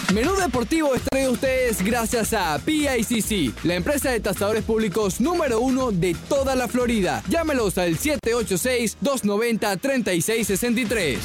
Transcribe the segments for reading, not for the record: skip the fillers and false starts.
Menú Deportivo es traído a ustedes gracias a PICC, la empresa de tasadores públicos número 1 de toda la Florida. Llámelos al 786-290-3663.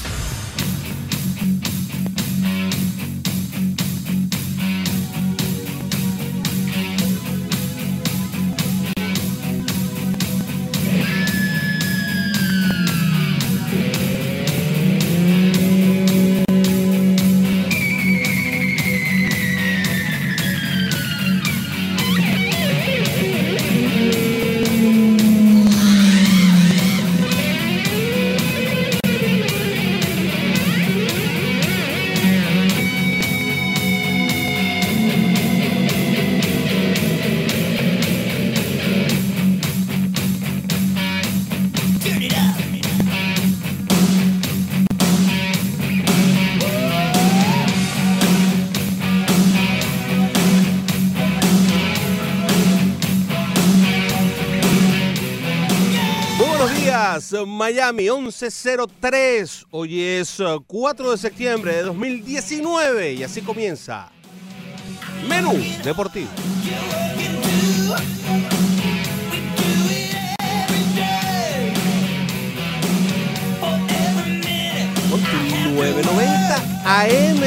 Miami 11:03. Hoy es 4 de septiembre de 2019 y así comienza Menú Deportivo. Con tu 990 AM.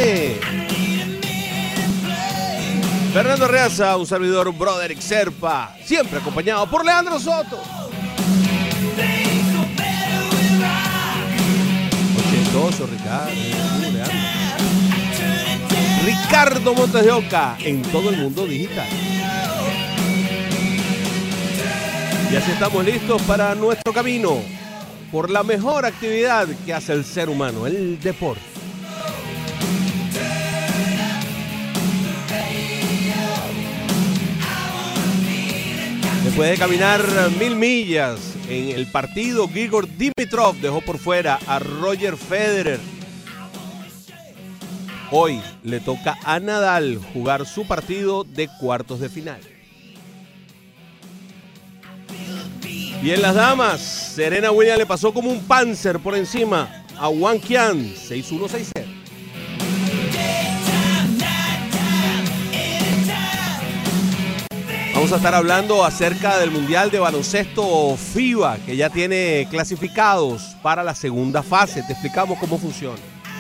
Fernando Reaza, un servidor Broderick Serpa, siempre acompañado por Leandro Soto. Ricardo Montes de Oca en todo el mundo digital. Y así estamos listos para nuestro camino por la mejor actividad que hace el ser humano, el deporte. Después de caminar 1000 millas en el partido, Grigor Dimitrov dejó por fuera a Roger Federer. Hoy le toca a Nadal jugar su partido de cuartos de final. Y en las damas, Serena Williams le pasó como un Panzer por encima a Wang Qian, 6-1, 6-0. Vamos a estar hablando acerca del Mundial de Baloncesto FIBA, que ya tiene clasificados para la segunda fase. Te explicamos cómo funciona.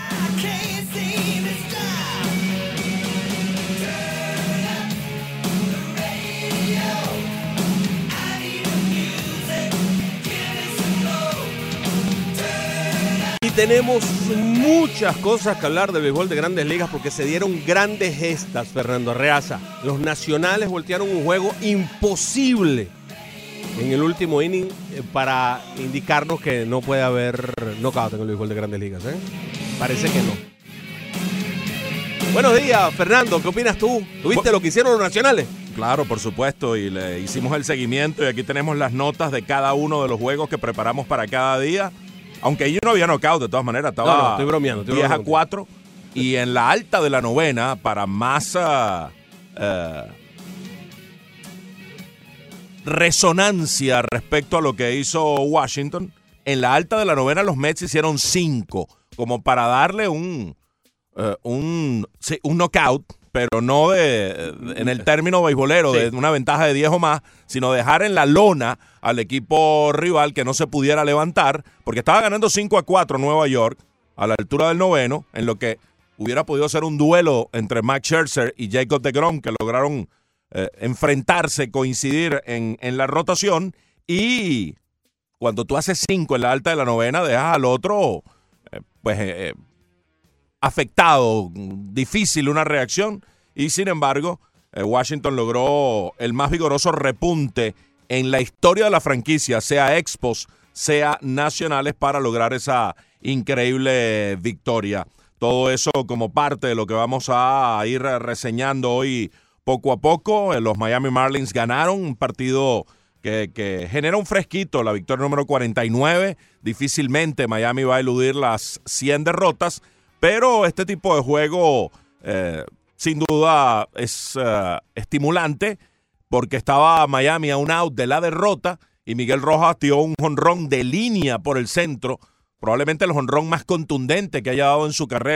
Y tenemos muchas cosas que hablar del béisbol de Grandes Ligas porque se dieron grandes gestas, Fernando Arreaza. Los nacionales voltearon un juego imposible en el último inning para indicarnos que no puede haber knockout en el béisbol de Grandes Ligas, ¿eh? Parece que no. Buenos días, Fernando. ¿Qué opinas tú? ¿Tuviste lo que hicieron los nacionales? Claro, por supuesto, y le hicimos el seguimiento y aquí tenemos las notas de cada uno de los juegos que preparamos para cada día. Aunque allí no había knockout, de todas maneras, estaba no, estoy bromeando, 10-4. Y en la alta de la novena, para más resonancia respecto a lo que hizo Washington, en la alta de la novena los Mets hicieron 5, como para darle un knockout, pero no en el término beisbolero, sí, de una ventaja de 10 o más, sino dejar en la lona al equipo rival que no se pudiera levantar, porque estaba ganando 5-4 Nueva York a la altura del noveno, en lo que hubiera podido ser un duelo entre Max Scherzer y Jacob deGrom, que lograron enfrentarse, coincidir en la rotación, y cuando tú haces 5 en la alta de la novena, dejas al otro afectado, difícil una reacción, y sin embargo Washington logró el más vigoroso repunte en la historia de la franquicia, sea Expos, sea Nacionales, para lograr esa increíble victoria. Todo eso como parte de lo que vamos a ir reseñando hoy poco a poco. Los Miami Marlins ganaron un partido que genera un fresquito, la victoria número 49. Difícilmente Miami va a eludir las 100 derrotas, pero este tipo de juego sin duda es estimulante, porque estaba Miami a un out de la derrota y Miguel Rojas tiró un jonrón de línea por el centro, probablemente el jonrón más contundente que haya dado en su carrera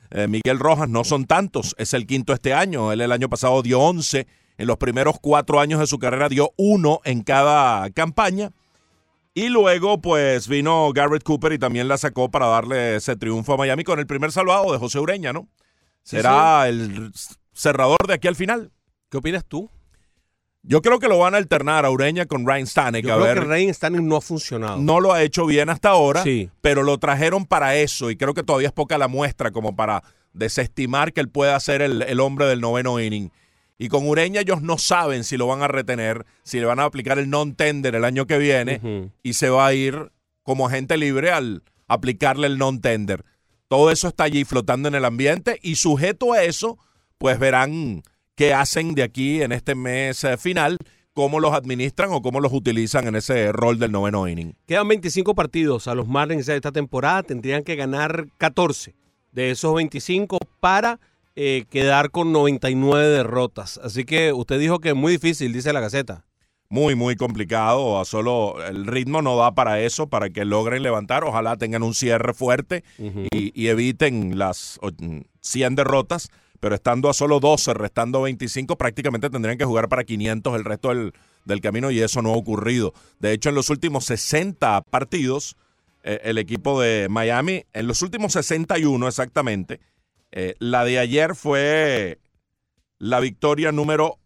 Miguel Rojas no son tantos, es el quinto este año. Él el año pasado dio 11, en los primeros 4 años de su carrera dio 1 en cada campaña. Y luego pues vino Garrett Cooper y también la sacó para darle ese triunfo a Miami con el primer salvado de José Ureña, ¿no? Será el cerrador de aquí al final. ¿Qué opinas tú? Yo creo que lo van a alternar a Ureña con Ryan Stanek. Yo creo que Ryan Stanek no ha funcionado. No lo ha hecho bien hasta ahora, sí, pero lo trajeron para eso y creo que todavía es poca la muestra como para desestimar que él pueda ser el hombre del noveno inning. Y con Ureña ellos no saben si lo van a retener, si le van a aplicar el non-tender el año que viene y se va a ir como agente libre al aplicarle el non-tender. Todo eso está allí flotando en el ambiente y sujeto a eso, pues verán qué hacen de aquí en este mes final, cómo los administran o cómo los utilizan en ese rol del noveno inning. Quedan 25 partidos a los Marlins de esta temporada, tendrían que ganar 14 de esos 25 para quedar con 99 derrotas. Así que usted dijo que es muy difícil, dice la Gaceta. Muy, muy complicado. Solo el ritmo no da para eso, para que logren levantar. Ojalá tengan un cierre fuerte y eviten las 100 derrotas. Pero estando a solo 12, restando 25, prácticamente tendrían que jugar para 500 el resto del camino y eso no ha ocurrido. De hecho, en los últimos 60 partidos, el equipo de Miami, en los últimos 61 exactamente, la de ayer fue la victoria número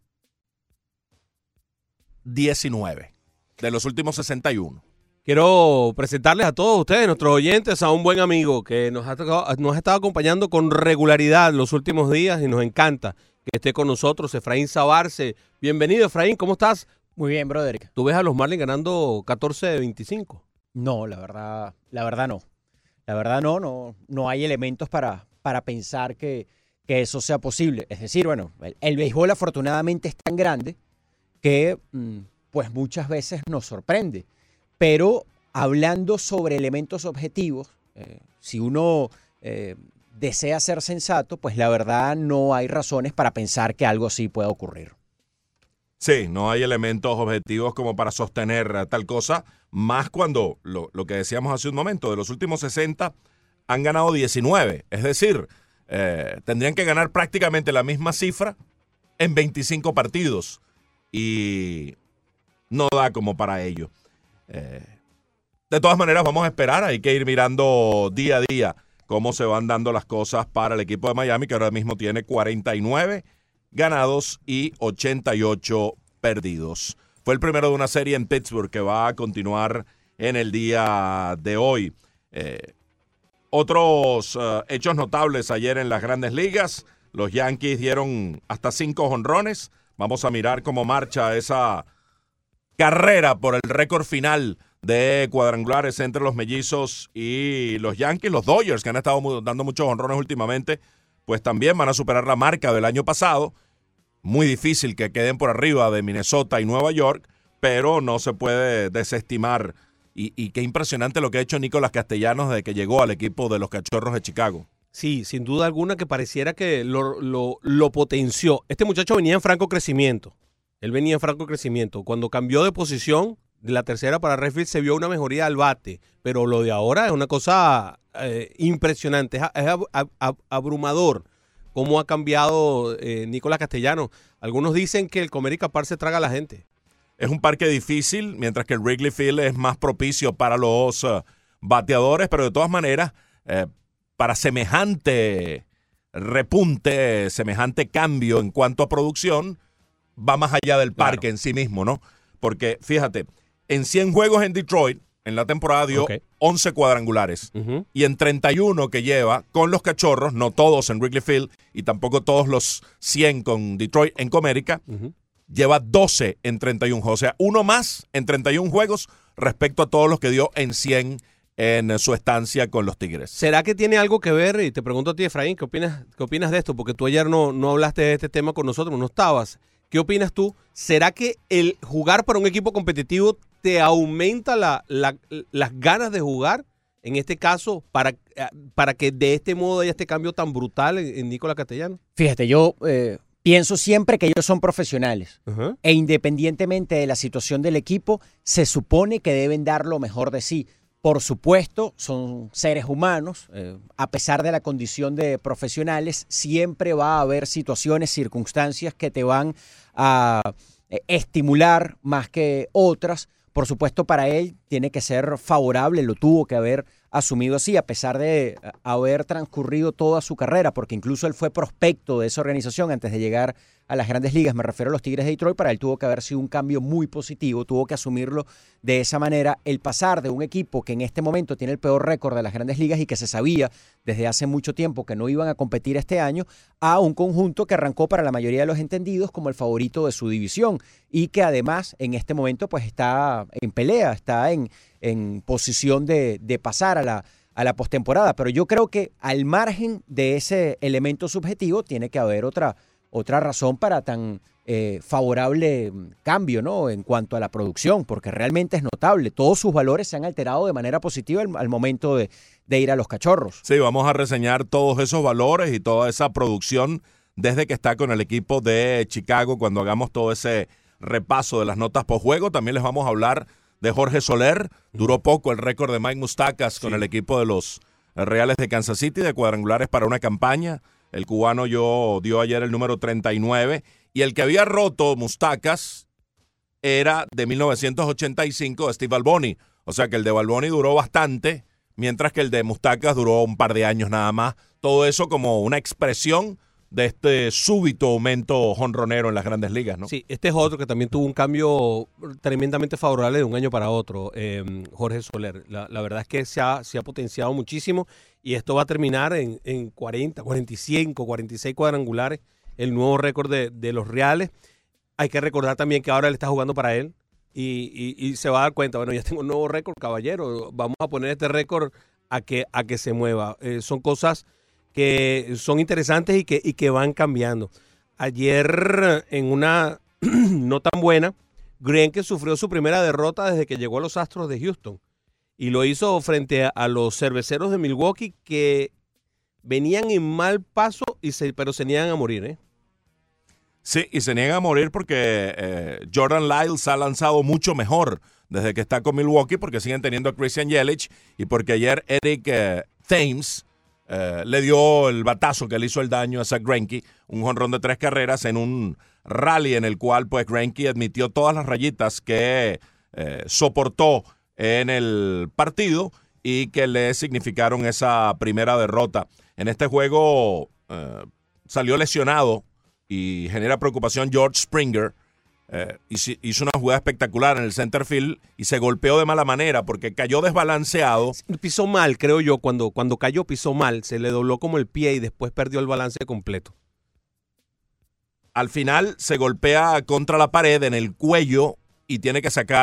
19 de los últimos 61. Quiero presentarles a todos ustedes, nuestros oyentes, a un buen amigo que nos ha estado acompañando con regularidad los últimos días y nos encanta que esté con nosotros, Efraín Sabarce. Bienvenido, Efraín, ¿cómo estás? Muy bien, brother. ¿Tú ves a los Marlins ganando 14 de 25? No, la verdad no. La verdad no hay elementos para pensar que eso sea posible. Es decir, bueno, el béisbol afortunadamente es tan grande que pues muchas veces nos sorprende. Pero hablando sobre elementos objetivos, si uno desea ser sensato, pues la verdad no hay razones para pensar que algo así pueda ocurrir. Sí, no hay elementos objetivos como para sostener tal cosa, más cuando lo que decíamos hace un momento, de los últimos 60 han ganado 19. Es decir, tendrían que ganar prácticamente la misma cifra en 25 partidos y no da como para ello. De todas maneras, vamos a esperar, hay que ir mirando día a día cómo se van dando las cosas para el equipo de Miami, que ahora mismo tiene 49 ganados y 88 perdidos. Fue el primero de una serie en Pittsburgh que va a continuar en el día de hoy. Otros hechos notables ayer en las Grandes Ligas, los Yankees dieron hasta 5 jonrones. Vamos a mirar cómo marcha esa carrera por el récord final de cuadrangulares entre los Mellizos y los Yankees. Los Dodgers, que han estado dando muchos jonrones últimamente, pues también van a superar la marca del año pasado. Muy difícil que queden por arriba de Minnesota y Nueva York, pero no se puede desestimar. Y qué impresionante lo que ha hecho Nicolás Castellanos desde que llegó al equipo de los Cachorros de Chicago. Sí, sin duda alguna que pareciera que lo potenció. Este muchacho venía en franco crecimiento. Él venía en franco crecimiento. Cuando cambió de posición, de la tercera para Redfield, se vio una mejoría al bate. Pero lo de ahora es una cosa impresionante. Es abrumador cómo ha cambiado Nicolás Castellanos. Algunos dicen que el Comerica Park se traga a la gente. Es un parque difícil, mientras que el Wrigley Field es más propicio para los bateadores. Pero de todas maneras, para semejante repunte, semejante cambio en cuanto a producción, va más allá del parque en sí mismo, ¿no? Porque, fíjate, en 100 juegos en Detroit, en la temporada dio 11 cuadrangulares. Y en 31 que lleva con los Cachorros, no todos en Wrigley Field y tampoco todos los 100 con Detroit en Comerica, lleva 12 en 31 juegos. O sea, uno más en 31 juegos respecto a todos los que dio en 100 en su estancia con los Tigres. ¿Será que tiene algo que ver? Y te pregunto a ti, Efraín, ¿qué opinas de esto? Porque tú ayer no hablaste de este tema con nosotros, no estabas. ¿Qué opinas tú? ¿Será que el jugar para un equipo competitivo te aumenta las ganas de jugar? En este caso, para que de este modo haya este cambio tan brutal en Nicolás Castellanos. Fíjate, yo pienso siempre que ellos son profesionales. E independientemente de la situación del equipo, se supone que deben dar lo mejor de sí. Por supuesto, son seres humanos. A pesar de la condición de profesionales, siempre va a haber situaciones, circunstancias que te van a estimular más que otras. Por supuesto, para él tiene que ser favorable, lo tuvo que haber asumido así, a pesar de haber transcurrido toda su carrera, porque incluso él fue prospecto de esa organización antes de llegar a las Grandes Ligas. Me refiero a los Tigres de Detroit. Para él tuvo que haber sido un cambio muy positivo, tuvo que asumirlo de esa manera. El pasar de un equipo que en este momento tiene el peor récord de las Grandes Ligas y que se sabía desde hace mucho tiempo que no iban a competir este año, a un conjunto que arrancó para la mayoría de los entendidos como el favorito de su división y que además en este momento pues está en pelea, está en posición de pasar a la postemporada. Pero yo creo que al margen de ese elemento subjetivo tiene que haber otra razón para tan favorable cambio, ¿no? En cuanto a la producción, porque realmente es notable. Todos sus valores se han alterado de manera positiva al momento de ir a los Cachorros. Sí, vamos a reseñar todos esos valores y toda esa producción desde que está con el equipo de Chicago. Cuando hagamos todo ese repaso de las notas postjuego, también les vamos a hablar de Jorge Soler. Duró poco el récord de Mike Moustakas con el equipo de los Reales de Kansas City de cuadrangulares para una campaña. El cubano dio ayer el número 39 y el que había roto Moustakas era de 1985 de Steve Alboni. O sea que el de Alboni duró bastante, mientras que el de Moustakas duró un par de años nada más. Todo eso como una expresión de este súbito aumento jonronero en las Grandes Ligas, ¿no? Sí, este es otro que también tuvo un cambio tremendamente favorable de un año para otro, Jorge Soler. La verdad es que se ha potenciado muchísimo y esto va a terminar en 40, 45, 46 cuadrangulares, el nuevo récord de los Reales. Hay que recordar también que ahora él está jugando para él y se va a dar cuenta, bueno, ya tengo un nuevo récord, caballero, vamos a poner este récord a que se mueva. Son cosas que son interesantes y que van cambiando. Ayer, en una no tan buena, Greinke sufrió su primera derrota desde que llegó a los Astros de Houston. Y lo hizo frente a los Cerveceros de Milwaukee, que venían en mal paso, pero se niegan a morir, ¿eh? Sí, y se niegan a morir porque Jordan Lyles ha lanzado mucho mejor desde que está con Milwaukee, porque siguen teniendo a Christian Yelich y porque ayer Eric Thames le dio el batazo que le hizo el daño a Zack Greinke, un jonrón de 3 carreras en un rally en el cual pues Greinke admitió todas las rayitas que soportó en el partido y que le significaron esa primera derrota. En este juego salió lesionado y genera preocupación George Springer. Hizo una jugada espectacular en el center field y se golpeó de mala manera porque cayó desbalanceado. Pisó mal, creo yo, cuando cayó pisó mal, se le dobló como el pie y después perdió el balance completo. Al final se golpea contra la pared en el cuello y tiene que ser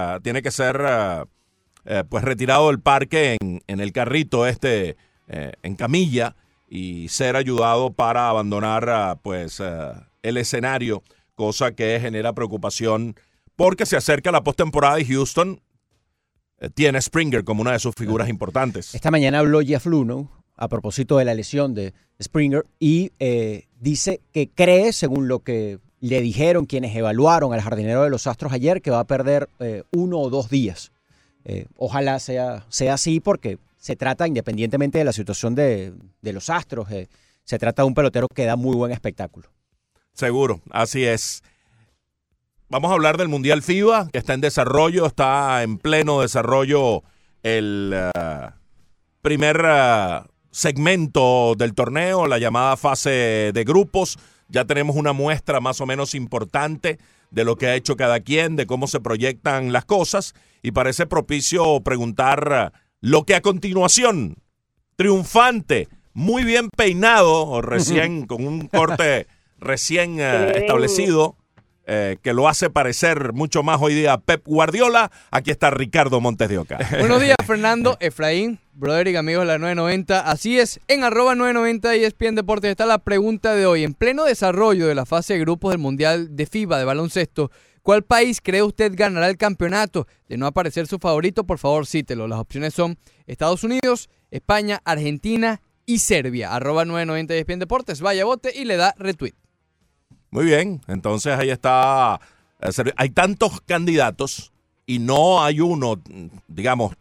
pues retirado del parque en el carrito en camilla y ser ayudado para abandonar el escenario, cosa que genera preocupación porque se acerca la postemporada y Houston tiene a Springer como una de sus figuras importantes. Esta mañana habló Jeff Luhnow a propósito de la lesión de Springer y dice que cree, según lo que le dijeron quienes evaluaron al jardinero de los Astros ayer, que va a perder 1 o 2 días. Ojalá sea así porque se trata, independientemente de la situación de los Astros, se trata de un pelotero que da muy buen espectáculo. Seguro, así es. Vamos a hablar del Mundial FIBA, que está en desarrollo, está en pleno desarrollo el primer segmento del torneo, la llamada fase de grupos. Ya tenemos una muestra más o menos importante de lo que ha hecho cada quien, de cómo se proyectan las cosas, y parece propicio preguntar lo que a continuación, triunfante, muy bien peinado, recién con un corte recién establecido, que lo hace parecer mucho más hoy día Pep Guardiola. Aquí está Ricardo Montes de Oca. Buenos días, Fernando, Efraín, brother y amigos de la 990. Así es, en @990 ESPN Deportes está la pregunta de hoy. En pleno desarrollo de la fase de grupos del Mundial de FIBA de baloncesto, ¿cuál país cree usted ganará el campeonato? De no aparecer su favorito, por favor cítelo. Las opciones son Estados Unidos, España, Argentina y Serbia. @990 ESPN Deportes, vaya vote y le da retweet. Muy bien, entonces ahí está. Hay tantos candidatos y no hay uno, digamos,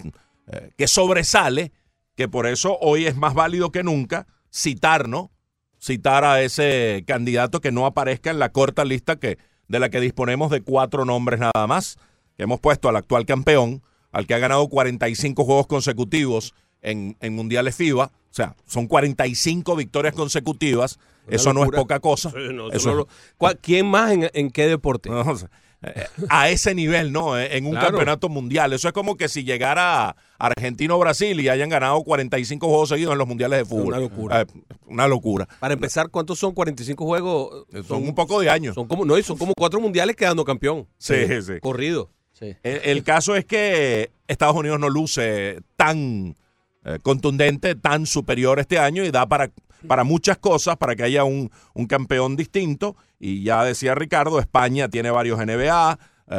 que sobresale, que por eso hoy es más válido que nunca citar a ese candidato que no aparezca en la corta lista de la que disponemos de 4 nombres nada más, que hemos puesto al actual campeón, al que ha ganado 45 juegos consecutivos en mundiales FIBA, o sea, son 45 victorias consecutivas, eso no es poca cosa. Sí, ¿Quién más en qué deporte? No, o sea, a ese nivel, ¿no? En un campeonato mundial. Eso es como que si llegara Argentina o Brasil y hayan ganado 45 juegos seguidos en los mundiales de fútbol. Una locura. Una locura. Para empezar, ¿cuántos son 45 juegos? Son un poco de años. Son como 4 mundiales quedando campeón. Sí. Corrido. Sí. El caso es que Estados Unidos no luce tan contundente, tan superior este año y da para muchas cosas, para que haya un campeón distinto. Y ya decía Ricardo, España tiene varios NBA,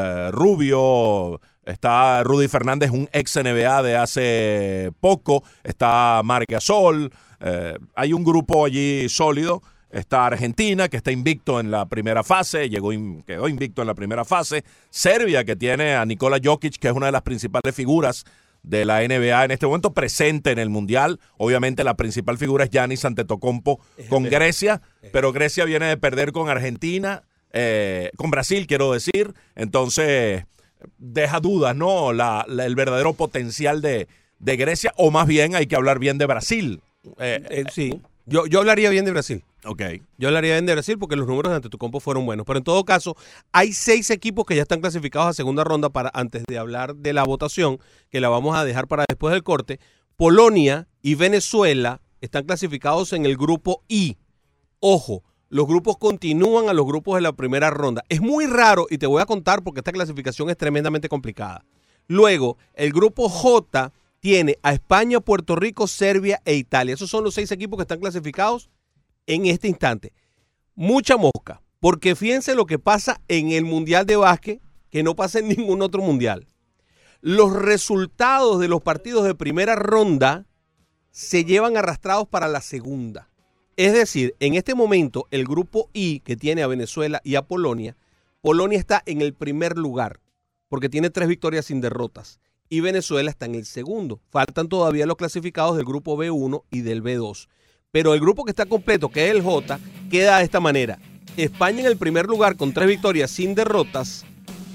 Rubio, está Rudy Fernández, un ex NBA de hace poco, está Marc Gasol, hay un grupo allí sólido. Está Argentina, que está invicto en la primera fase, quedó invicto en la primera fase. Serbia, que tiene a Nikola Jokic, que es una de las principales figuras de la NBA en este momento, presente en el Mundial. Obviamente la principal figura es Giannis Antetokounmpo con Grecia, pero Grecia viene de perder con Argentina, con Brasil, quiero decir. Entonces, deja dudas, ¿no? El verdadero potencial de Grecia, o más bien hay que hablar bien de Brasil. Sí, yo hablaría bien de Brasil. Ok. Yo hablaría bien de Brasil porque los números de Antetokounmpo fueron buenos. Pero en todo caso, hay 6 equipos que ya están clasificados a segunda ronda antes de hablar de la votación, que la vamos a dejar para después del corte. Polonia y Venezuela están clasificados en el grupo I. Ojo, los grupos continúan a los grupos de la primera ronda. Es muy raro y te voy a contar porque esta clasificación es tremendamente complicada. Luego, el grupo J tiene a España, Puerto Rico, Serbia e Italia. Esos son los 6 equipos que están clasificados en este instante. Mucha mosca, porque fíjense lo que pasa en el Mundial de Básquet, que no pasa en ningún otro mundial. Los resultados de los partidos de primera ronda se llevan arrastrados para la segunda. Es decir, en este momento, el grupo I, que tiene a Venezuela y a Polonia está en el primer lugar, porque tiene 3 victorias sin derrotas, y Venezuela está en el segundo. Faltan todavía los clasificados del grupo B1 y del B2. Pero el grupo que está completo, que es el J, queda de esta manera. España en el primer lugar con 3 victorias sin derrotas.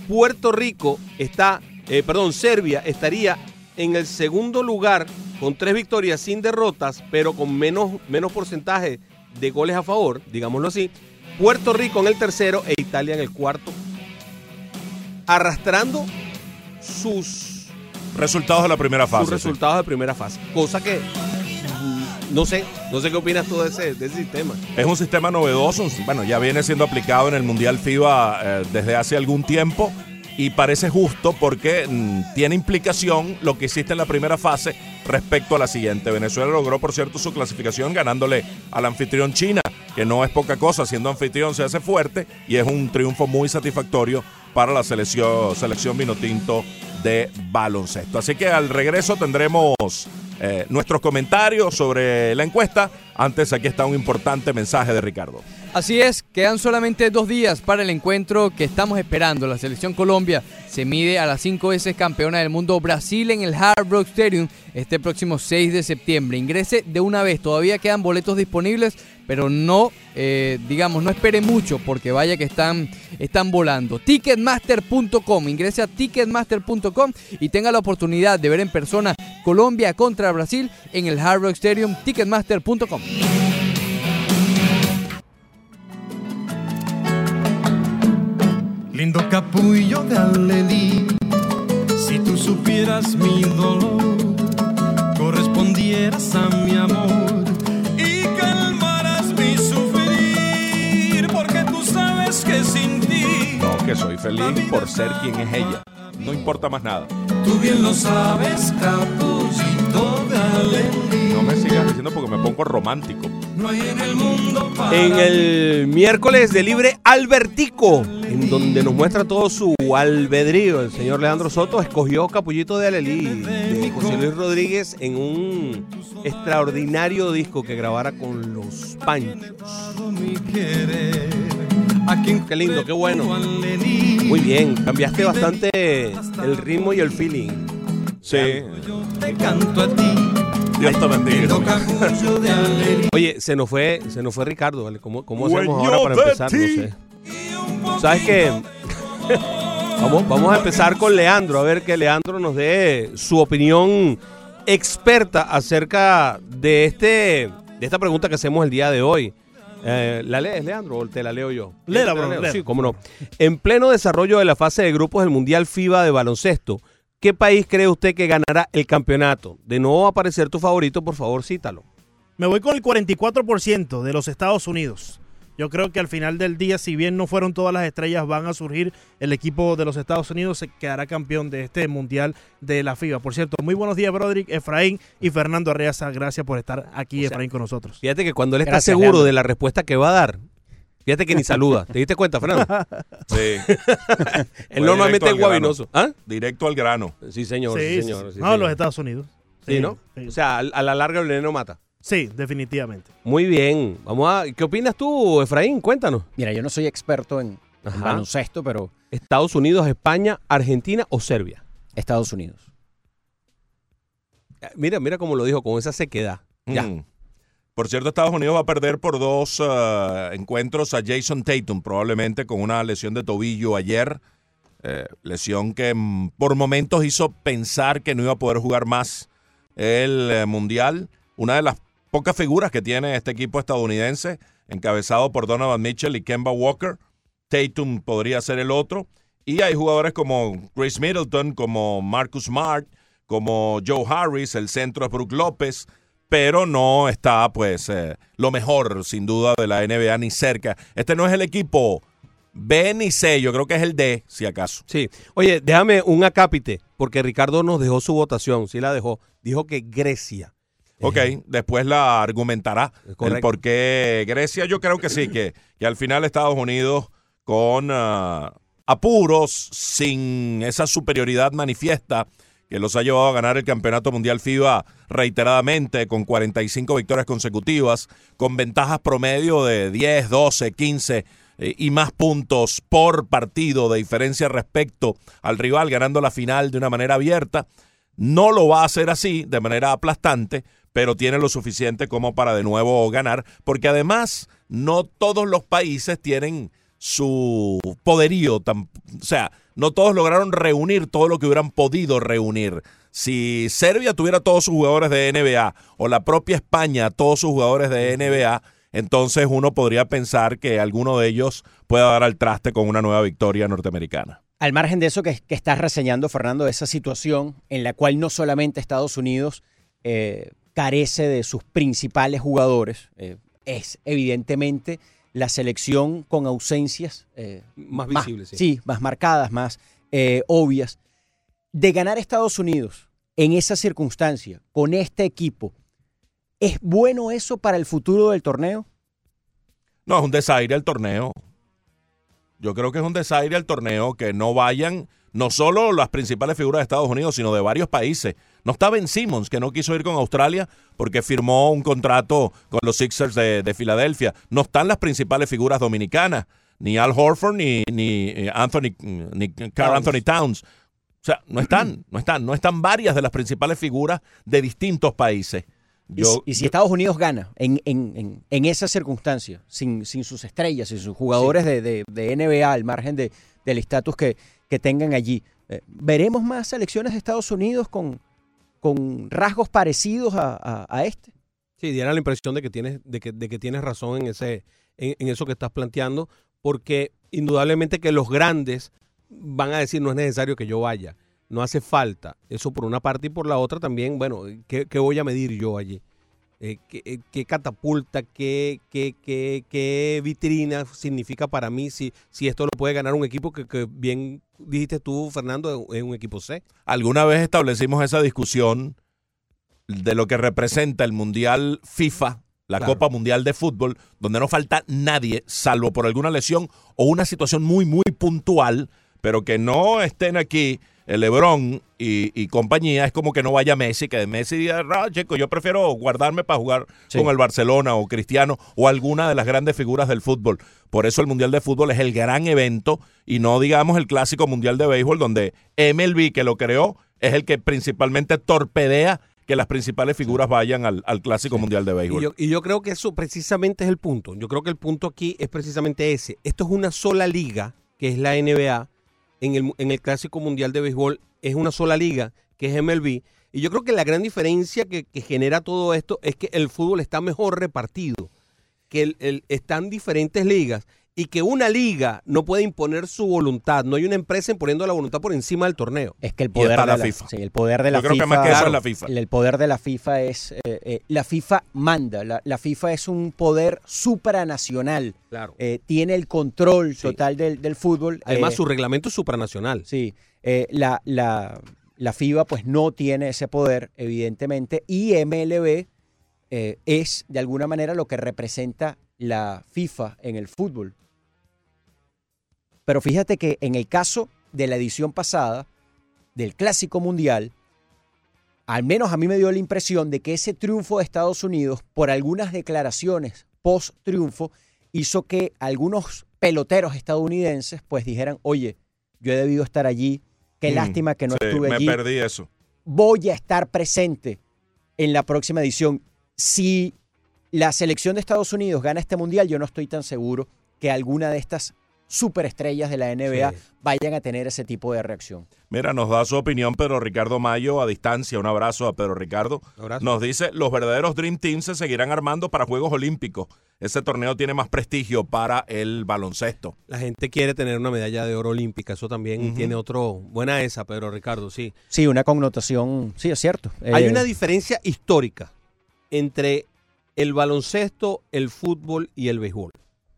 Serbia estaría en el segundo lugar con 3 victorias sin derrotas, pero con menos porcentaje de goles a favor, digámoslo así. Puerto Rico en el tercero e Italia en el cuarto, arrastrando sus resultados de la primera fase. Sus resultados de primera fase. Cosa que no sé qué opinas tú de ese sistema. Es un sistema novedoso, bueno, ya viene siendo aplicado en el Mundial FIBA desde hace algún tiempo y parece justo porque tiene implicación lo que hiciste en la primera fase respecto a la siguiente. Venezuela logró, por cierto, su clasificación ganándole al anfitrión China, que no es poca cosa, siendo anfitrión se hace fuerte y es un triunfo muy satisfactorio para la selección vinotinto de baloncesto. Así que al regreso tendremos nuestros comentarios sobre la encuesta. Antes, aquí está un importante mensaje de Ricardo. Así es, quedan solamente 2 días para el encuentro que estamos esperando. La selección Colombia se mide a las 5 veces campeona del mundo Brasil en el Hard Rock Stadium este próximo 6 de septiembre. Ingrese de una vez, todavía quedan boletos disponibles, pero no espere mucho porque vaya que están volando. Ticketmaster.com, ingrese a Ticketmaster.com y tenga la oportunidad de ver en persona Colombia contra Brasil en el Hard Rock Stadium. Ticketmaster.com. Lindo capullo de alelí, si tú supieras mi dolor, correspondieras a mi amor y calmaras mi sufrir, porque tú sabes que sin ti No, que soy feliz por ser quien es ella. No importa más nada. tú bien lo sabes, capullito de alelí. No me sigas diciendo porque me pongo romántico. No hay en el mundo para En el miércoles de Libre Albertico, en donde nos muestra todo su albedrío, el señor Leandro Soto escogió Capullito de Alelí de José Luis Rodríguez en un extraordinario disco que grabara con los Panchos. mi querer. Qué lindo, qué bueno. Muy bien, cambiaste bastante el ritmo y el feeling. Sí. te canto a ti. Dios te bendiga. Capullo de alegría. Oye, se nos fue Ricardo, ¿vale? ¿Cómo When hacemos ahora para you're empezar? No dirty. sé. ¿Sabes qué? Vamos a empezar con Leandro, a ver que Leandro nos dé su opinión experta acerca de esta pregunta que hacemos el día de hoy. ¿La lees, Leandro, o te la leo yo? Léela, ¿Te la bro, leo? léela. Sí, cómo no. En pleno desarrollo de la fase de grupos del Mundial FIBA de baloncesto, ¿qué país cree usted que ganará el campeonato? De no aparecer tu favorito, por favor, cítalo. Me voy con el 44% de los Estados Unidos. Yo creo que al final del día, si bien no fueron todas las estrellas, van a surgir. El equipo de los Estados Unidos se quedará campeón de este Mundial de la FIBA. Por cierto, muy buenos días, Broderick, Efraín y Fernando Arreaza. Gracias por estar aquí, Efraín, con nosotros. Fíjate que cuando él está Gracias, seguro Leandro. de la respuesta que va a dar, fíjate que ni saluda. ¿Te diste cuenta, Fernando? Sí. Él normalmente es directo al guabinoso. ¿Ah? Directo al grano. Sí, señor. Sí, señor. Sí, No, señor. los Estados Unidos. Sí, ¿no? Sí, O sea, a la larga el veneno mata. sí, definitivamente. Muy bien. ¿Qué opinas tú, Efraín? Cuéntanos. Mira, yo no soy experto en Ajá. baloncesto, pero ¿Estados Unidos, España, Argentina o Serbia? Estados Unidos. Mira cómo lo dijo, con esa sequedad. Ya. Por cierto, Estados Unidos va a perder por 2 encuentros a Jason Tatum, probablemente con una lesión de tobillo ayer. Lesión que por momentos hizo pensar que no iba a poder jugar más el Mundial. Una de las pocas figuras que tiene este equipo estadounidense, encabezado por Donovan Mitchell y Kemba Walker. Tatum podría ser el otro. Y hay jugadores como Chris Middleton, como Marcus Smart, como Joe Harris, el centro es Brook López, pero no está pues lo mejor sin duda de la NBA ni cerca. Este no es el equipo B ni C, yo creo que es el D, si acaso. Sí. Oye, déjame un acápite, porque Ricardo nos dejó su votación, sí la dejó. Dijo que Grecia. Ok, después la argumentará Correcto. el por qué Grecia. Yo creo que sí, que al final Estados Unidos con apuros, sin esa superioridad manifiesta que los ha llevado a ganar el Campeonato Mundial FIBA reiteradamente, con 45 victorias consecutivas, con ventajas promedio de 10, 12, 15 y más puntos por partido de diferencia respecto al rival, ganando la final de una manera abierta. No lo va a hacer así, de manera aplastante, pero tiene lo suficiente como para de nuevo ganar, porque además no todos los países tienen su poderío, o sea, no todos lograron reunir todo lo que hubieran podido reunir. Si Serbia tuviera todos sus jugadores de NBA o la propia España todos sus jugadores de NBA, entonces uno podría pensar que alguno de ellos pueda dar al traste con una nueva victoria norteamericana. Al margen de eso que estás reseñando, Fernando, de esa situación en la cual no solamente Estados Unidos carece de sus principales jugadores, es evidentemente la selección con ausencias Más visibles, sí. Sí, más marcadas, más obvias. De ganar Estados Unidos en esa circunstancia, con este equipo, ¿es bueno eso para el futuro del torneo? No, es un desaire el torneo. Yo creo que es un desaire el torneo que no vayan no solo las principales figuras de Estados Unidos, sino de varios países. No está Ben Simmons, que no quiso ir con Australia porque firmó un contrato con los Sixers de Filadelfia. No están las principales figuras dominicanas, ni Al Horford, ni Karl Anthony Towns. O sea, no están varias de las principales figuras de distintos países. Y si Estados Unidos gana en esa circunstancia, sin sus estrellas, sin sus jugadores de NBA, al margen del estatus que tengan allí, ¿veremos más selecciones de Estados Unidos con rasgos parecidos a este? Sí, diera la impresión de que tienes razón en eso que estás planteando, porque indudablemente que los grandes van a decir no es necesario que yo vaya, no hace falta. Eso por una parte, y por la otra también, bueno, ¿qué voy a medir yo allí? ¿Qué catapulta, qué vitrina significa para mí si esto lo puede ganar un equipo que bien dijiste tú, Fernando, es un equipo C? Alguna vez establecimos esa discusión de lo que representa el Mundial FIFA, la Claro. Copa Mundial de Fútbol, donde no falta nadie, salvo por alguna lesión o una situación muy, muy puntual, pero que no estén aquí LeBron y compañía, es como que no vaya Messi, que Messi diga, chico, yo prefiero guardarme para jugar con el Barcelona o Cristiano o alguna de las grandes figuras del fútbol. Por eso el Mundial de Fútbol es el gran evento y no digamos el clásico Mundial de Béisbol, donde MLB, que lo creó, es el que principalmente torpedea que las principales figuras vayan al clásico Mundial de Béisbol. Y yo creo que eso precisamente es el punto. Yo creo que el punto aquí es precisamente ese. Esto es una sola liga, que es la NBA. En el Clásico Mundial de Béisbol es una sola liga, que es MLB. Y yo creo que la gran diferencia que genera todo esto es que el fútbol está mejor repartido, que están diferentes ligas y que una liga no puede imponer su voluntad. No hay una empresa imponiendo la voluntad por encima del torneo. Es que el poder de la FIFA. Sí, el poder de la yo creo FIFA, que más que eso es la FIFA. El poder de la FIFA es... la FIFA manda. La FIFA es un poder supranacional. Claro. Tiene el control total del fútbol. Además, su reglamento es supranacional. Sí. La FIBA pues no tiene ese poder, evidentemente, y MLB es de alguna manera lo que representa la FIFA en el fútbol. Pero fíjate que en el caso de la edición pasada del Clásico Mundial, al menos a mí me dio la impresión de que ese triunfo de Estados Unidos, por algunas declaraciones post-triunfo, hizo que algunos peloteros estadounidenses pues dijeran, oye, yo he debido estar allí, qué lástima que no estuve allí. Me perdí eso. Voy a estar presente en la próxima edición. Si la selección de Estados Unidos gana este Mundial, yo no estoy tan seguro que alguna de estas superestrellas de la NBA vayan a tener ese tipo de reacción. Mira, nos da su opinión Pedro Ricardo Mayo a distancia. Un abrazo a Pedro Ricardo. Nos dice, los verdaderos Dream Team se seguirán armando para Juegos Olímpicos. Ese torneo tiene más prestigio para el baloncesto. La gente quiere tener una medalla de oro olímpica. Eso también tiene otro... Buena esa, Pedro Ricardo, sí. Sí, una connotación, sí, es cierto. Hay una diferencia histórica entre el baloncesto, el fútbol y el béisbol.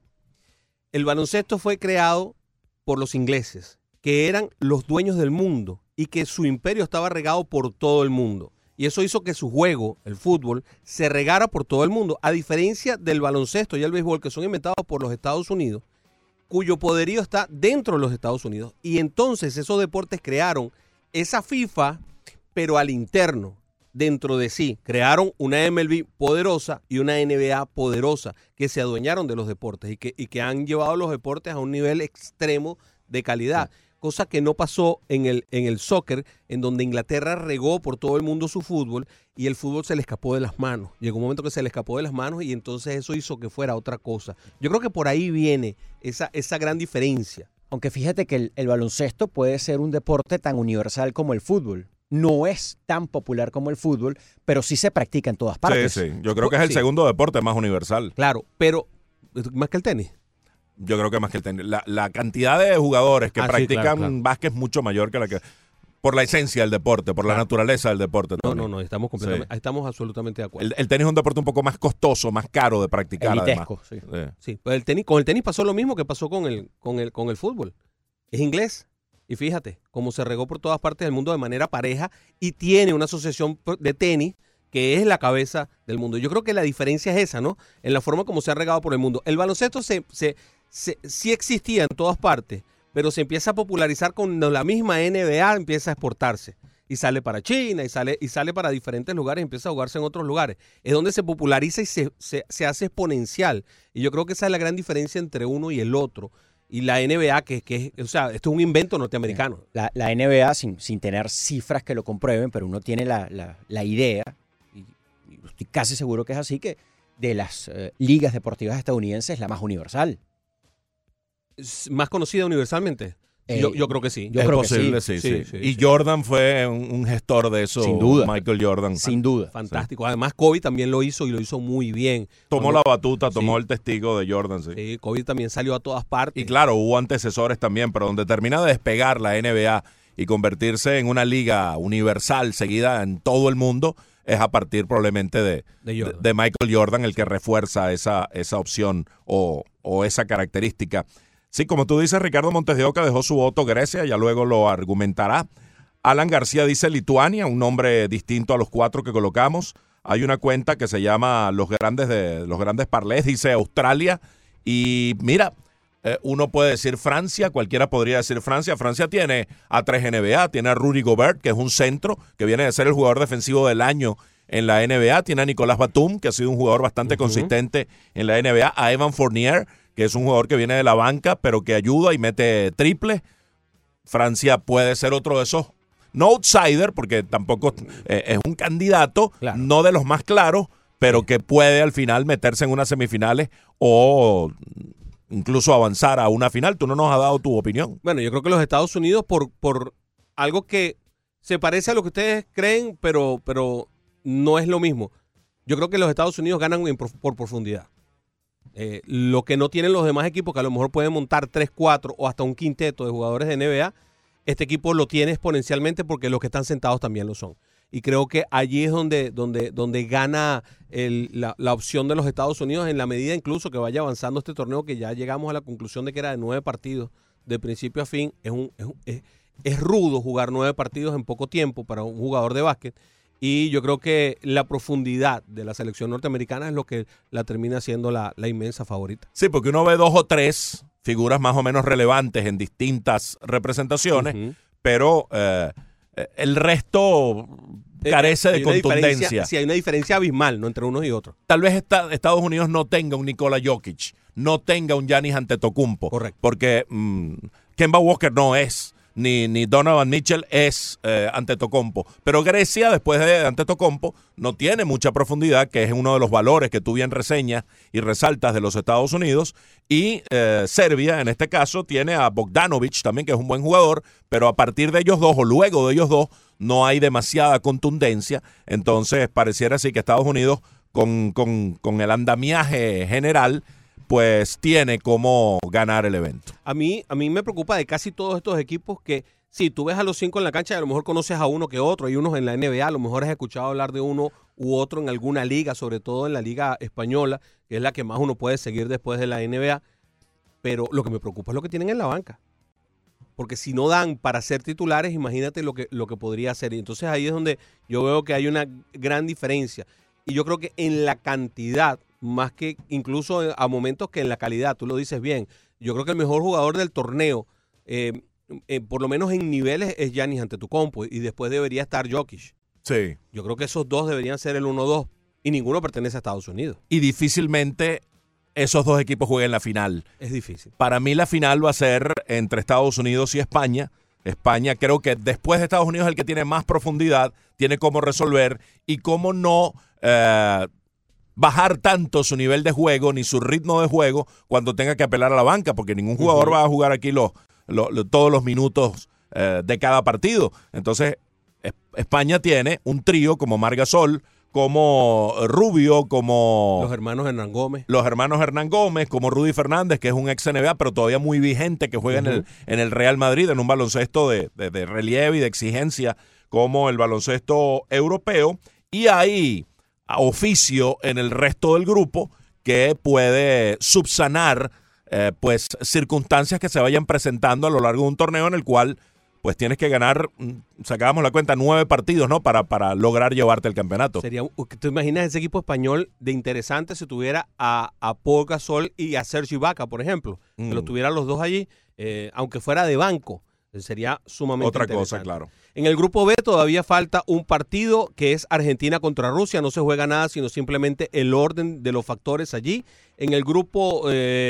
El baloncesto fue creado por los ingleses, que eran los dueños del mundo y que su imperio estaba regado por todo el mundo. Y eso hizo que su juego, el fútbol, se regara por todo el mundo, a diferencia del baloncesto y el béisbol, que son inventados por los Estados Unidos, cuyo poderío está dentro de los Estados Unidos. Y entonces esos deportes crearon esa FIFA, pero al interno. Dentro de sí, crearon una MLB poderosa y una NBA poderosa que se adueñaron de los deportes y que han llevado los deportes a un nivel extremo de calidad, cosa que no pasó en el soccer, en donde Inglaterra regó por todo el mundo su fútbol y el fútbol se le escapó de las manos. Llegó un momento que se le escapó de las manos y entonces eso hizo que fuera otra cosa. Yo creo que por ahí viene esa gran diferencia. Aunque fíjate que el baloncesto puede ser un deporte tan universal como el fútbol. No es tan popular como el fútbol, pero sí se practica en todas partes. Sí. Yo creo que es el segundo deporte más universal. Claro, pero más que el tenis. Yo creo que más que el tenis. La cantidad de jugadores que practican básquet es mucho mayor que la que... Por la esencia del deporte, por la naturaleza del deporte. No, estamos completamente, estamos absolutamente de acuerdo. El tenis es un deporte un poco más costoso, más caro de practicar. Elitesco, además. Sí. Pues con el tenis pasó lo mismo que pasó con el fútbol. Es inglés. Y fíjate, cómo se regó por todas partes del mundo de manera pareja y tiene una asociación de tenis que es la cabeza del mundo. Yo creo que la diferencia es esa, ¿no? En la forma como se ha regado por el mundo. El baloncesto sí existía en todas partes, pero se empieza a popularizar cuando la misma NBA empieza a exportarse. Y sale para China, y sale para diferentes lugares, y empieza a jugarse en otros lugares. Es donde se populariza y se hace exponencial. Y yo creo que esa es la gran diferencia entre uno y el otro. Y la NBA, o sea, esto es un invento norteamericano. La NBA, sin tener cifras que lo comprueben, pero uno tiene la idea, y estoy casi seguro que es así, que de las ligas deportivas estadounidenses es la más universal. ¿Más conocida universalmente? Yo creo que sí. Es posible, sí. Y Jordan fue un gestor de eso. Sin duda. Michael Jordan. Sin duda. Fantástico. Además, Kobe también lo hizo y lo hizo muy bien. Tomó la batuta, tomó el testigo de Jordan, Sí, Kobe también salió a todas partes. Y claro, hubo antecesores también, pero donde termina de despegar la NBA y convertirse en una liga universal seguida en todo el mundo es a partir probablemente de Michael Jordan, el que refuerza esa opción o esa característica. Sí, como tú dices, Ricardo Montes de Oca dejó su voto Grecia, ya luego lo argumentará. Alan García dice Lituania, un nombre distinto a los 4 que colocamos. Hay una cuenta que se llama Los Grandes Parlés, dice Australia. Y mira, Uno puede decir Francia, cualquiera podría decir Francia. Francia tiene a 3 NBA, tiene a Rudy Gobert, que es un centro, que viene de ser el jugador defensivo del año en la NBA. Tiene a Nicolas Batum, que ha sido un jugador bastante consistente en la NBA. A Evan Fournier, que es un jugador que viene de la banca, pero que ayuda y mete triple. Francia puede ser otro de esos, no outsider, porque tampoco es un candidato, Claro. no de los más claros, pero que puede al final meterse en unas semifinales o incluso avanzar a una final. Tú no nos has dado tu opinión. Bueno, yo creo que los Estados Unidos, por algo que se parece a lo que ustedes creen, pero no es lo mismo. Yo creo que los Estados Unidos ganan por profundidad. Lo que no tienen los demás equipos, que a lo mejor pueden montar 3, 4 o hasta un quinteto de jugadores de NBA, este equipo lo tiene exponencialmente porque los que están sentados también lo son. Y creo que allí es donde gana la opción de los Estados Unidos, en la medida incluso que vaya avanzando este torneo, que ya llegamos a la conclusión de que era de 9 partidos de principio a fin. Es rudo jugar 9 partidos en poco tiempo para un jugador de básquet. Y yo creo que la profundidad de la selección norteamericana es lo que la termina siendo la inmensa favorita. Sí, porque uno ve 2 o 3 figuras más o menos relevantes en distintas representaciones, pero el resto carece de contundencia. Sí, hay una diferencia abismal, ¿no?, entre unos y otros. Tal vez Estados Unidos no tenga un Nikola Jokic, no tenga un Giannis Antetokounmpo. Correcto. Porque Kemba Walker no es, ni Donovan Mitchell es Antetokounmpo. Pero Grecia, después de Antetokounmpo, no tiene mucha profundidad, que es uno de los valores que tú bien reseñas y resaltas de los Estados Unidos. Y Serbia, en este caso, tiene a Bogdanovic también, que es un buen jugador, pero a partir de ellos dos, o luego de ellos dos, no hay demasiada contundencia. Entonces, pareciera así que Estados Unidos, con el andamiaje general, pues tiene cómo ganar el evento. A mí me preocupa de casi todos estos equipos que, si tú ves a los 5 en la cancha, a lo mejor conoces a uno que otro. Hay unos en la NBA, a lo mejor has escuchado hablar de uno u otro en alguna liga, sobre todo en la liga española, que es la que más uno puede seguir después de la NBA. Pero lo que me preocupa es lo que tienen en la banca. Porque si no dan para ser titulares, imagínate lo que podría hacer. Y entonces ahí es donde yo veo que hay una gran diferencia. Y yo creo que en la cantidad, más que incluso a momentos que en la calidad, tú lo dices bien, yo creo que el mejor jugador del torneo, por lo menos en niveles, es Giannis Antetokounmpo, y después debería estar Jokic. Sí. Yo creo que esos dos deberían ser el 1-2, y ninguno pertenece a Estados Unidos. Y difícilmente esos dos equipos jueguen la final. Es difícil. Para mí la final va a ser entre Estados Unidos y España. España, creo que después de Estados Unidos, es el que tiene más profundidad, tiene cómo resolver y cómo no bajar tanto su nivel de juego ni su ritmo de juego cuando tenga que apelar a la banca, porque ningún jugador va a jugar aquí todos los minutos de cada partido. Entonces, España tiene un trío como Marc Gasol, como Rubio, como los hermanos Hernán Gómez, como Rudy Fernández, que es un ex NBA, pero todavía muy vigente, que juega en el Real Madrid, en un baloncesto de relieve y de exigencia como el baloncesto europeo. Y hay oficio en el resto del grupo que puede subsanar pues circunstancias que se vayan presentando a lo largo de un torneo en el cual pues tienes que ganar, sacábamos la cuenta, 9 partidos, ¿no? Para lograr llevarte el campeonato. ¿Tú imaginas ese equipo español de interesante si tuviera a Paul Gasol y a Serge Ibaka, por ejemplo? Que los tuvieran los dos allí, aunque fuera de banco, sería sumamente otra interesante. cosa, claro. En el grupo B todavía falta un partido que es Argentina contra Rusia. No se juega nada, sino simplemente el orden de los factores allí. En el grupo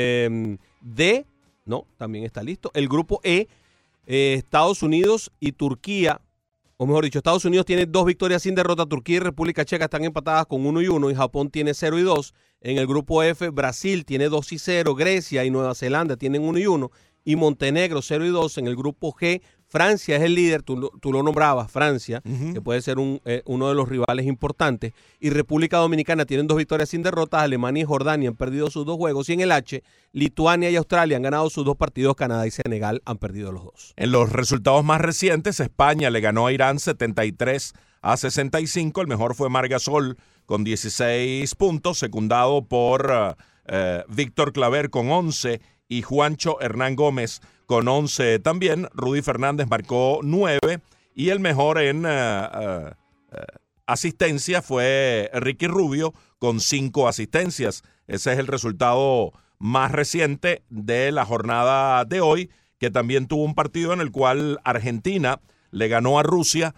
D, no, también está listo. El grupo E, Estados Unidos y Turquía, o mejor dicho, Estados Unidos tiene 2 victorias sin derrota, Turquía y República Checa están empatadas con 1-1 y Japón tiene 0-2. En el grupo F, Brasil tiene 2-0, Grecia y Nueva Zelanda tienen 1-1 y Montenegro 0-2. En el grupo G, Francia es el líder, tú lo nombrabas, Francia, que puede ser uno de los rivales importantes, y República Dominicana tienen 2 victorias sin derrotas, Alemania y Jordania han perdido sus 2 juegos, y en el H, Lituania y Australia han ganado sus 2 partidos, Canadá y Senegal han perdido los 2. En los resultados más recientes, España le ganó a Irán 73-65, el mejor fue Marc Gasol con 16 puntos, secundado por Víctor Claver con 11 y Juancho Hernán Gómez con 11 también. Rudy Fernández marcó 9 y el mejor en asistencia fue Ricky Rubio con 5 asistencias. Ese es el resultado más reciente de la jornada de hoy, que también tuvo un partido en el cual Argentina le ganó a Rusia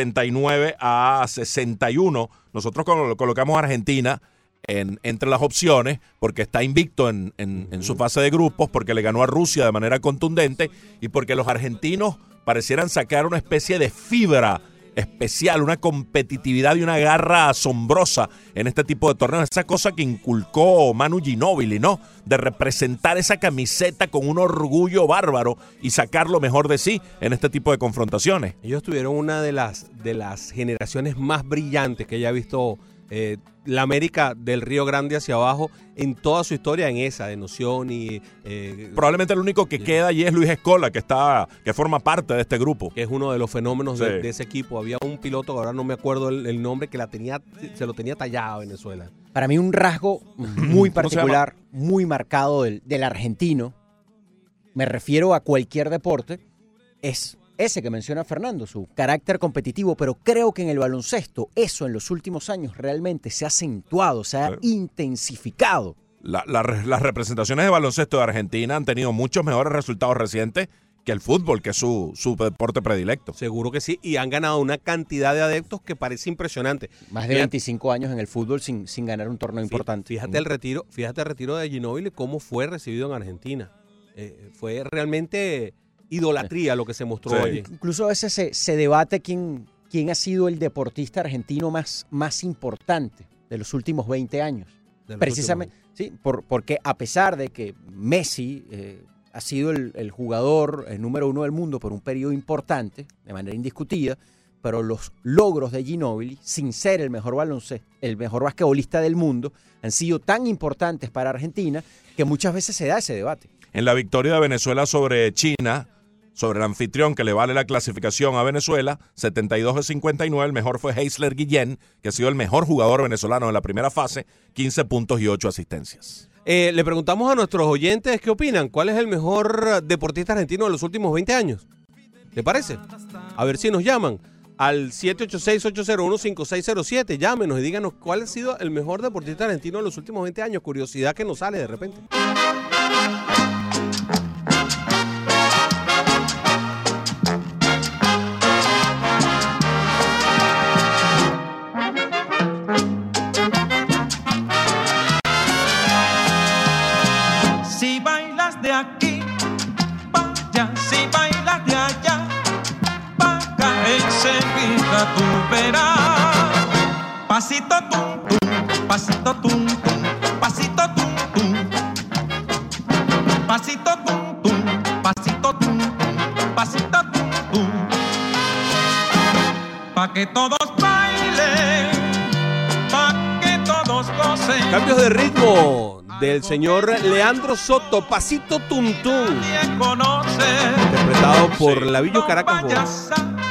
69-61. Nosotros colocamos a Argentina entre las opciones porque está invicto en su fase de grupos, porque le ganó a Rusia de manera contundente y porque los argentinos parecieran sacar una especie de fibra especial, una competitividad y una garra asombrosa en este tipo de torneos. Esa cosa que inculcó Manu Ginóbili, ¿no? De representar esa camiseta con un orgullo bárbaro y sacar lo mejor de sí en este tipo de confrontaciones. Ellos tuvieron una de las generaciones más brillantes que haya visto la América del Río Grande hacia abajo en toda su historia, en esa de Noción y probablemente el único que queda allí es Luis Escola, que forma parte de este grupo, que es uno de los fenómenos sí, de ese equipo. Había un piloto, ahora no me acuerdo el nombre, que se lo tenía tallado a Venezuela. Para mí un rasgo muy particular, muy marcado del argentino, me refiero a cualquier deporte, es ese que menciona Fernando, su carácter competitivo, pero creo que en el baloncesto eso en los últimos años realmente se ha acentuado, se ha intensificado. Las representaciones de baloncesto de Argentina han tenido muchos mejores resultados recientes que el fútbol, que es su deporte predilecto. Seguro que sí, y han ganado una cantidad de adeptos que parece impresionante. Más de 25 años en el fútbol sin ganar un torneo importante. Fíjate el retiro de Ginóbili, cómo fue recibido en Argentina. Fue realmente idolatría lo que se mostró allí. Incluso a veces se debate quién ha sido el deportista argentino más importante de los últimos 20 años. Precisamente, sí, porque a pesar de que Messi ha sido el jugador número 1 del mundo por un periodo importante, de manera indiscutida, pero los logros de Ginóbili, sin ser el mejor basquetbolista del mundo, han sido tan importantes para Argentina que muchas veces se da ese debate. En la victoria de Venezuela sobre China, sobre el anfitrión que le vale la clasificación a Venezuela, 72-59, el mejor fue Heisler Guillén, que ha sido el mejor jugador venezolano en la primera fase, 15 puntos y 8 asistencias. Le preguntamos a nuestros oyentes qué opinan, ¿cuál es el mejor deportista argentino de los últimos 20 años? ¿Te parece? A ver si nos llaman al 786-801-5607, llámenos y díganos cuál ha sido el mejor deportista argentino de los últimos 20 años, curiosidad que nos sale de repente. Aquí, vaya, si bailas de allá, vaca, enseguida tú verás. Pasito tum tum, pasito tum tum, pasito tum tum, pasito tum tum, pasito tum tum, pasito tum tum. Pa' que todos bailen, pa' que todos gocen. Cambios de ritmo del señor Leandro Soto, Pasito Tum Tum, interpretado por Lavillo Caracas Boys.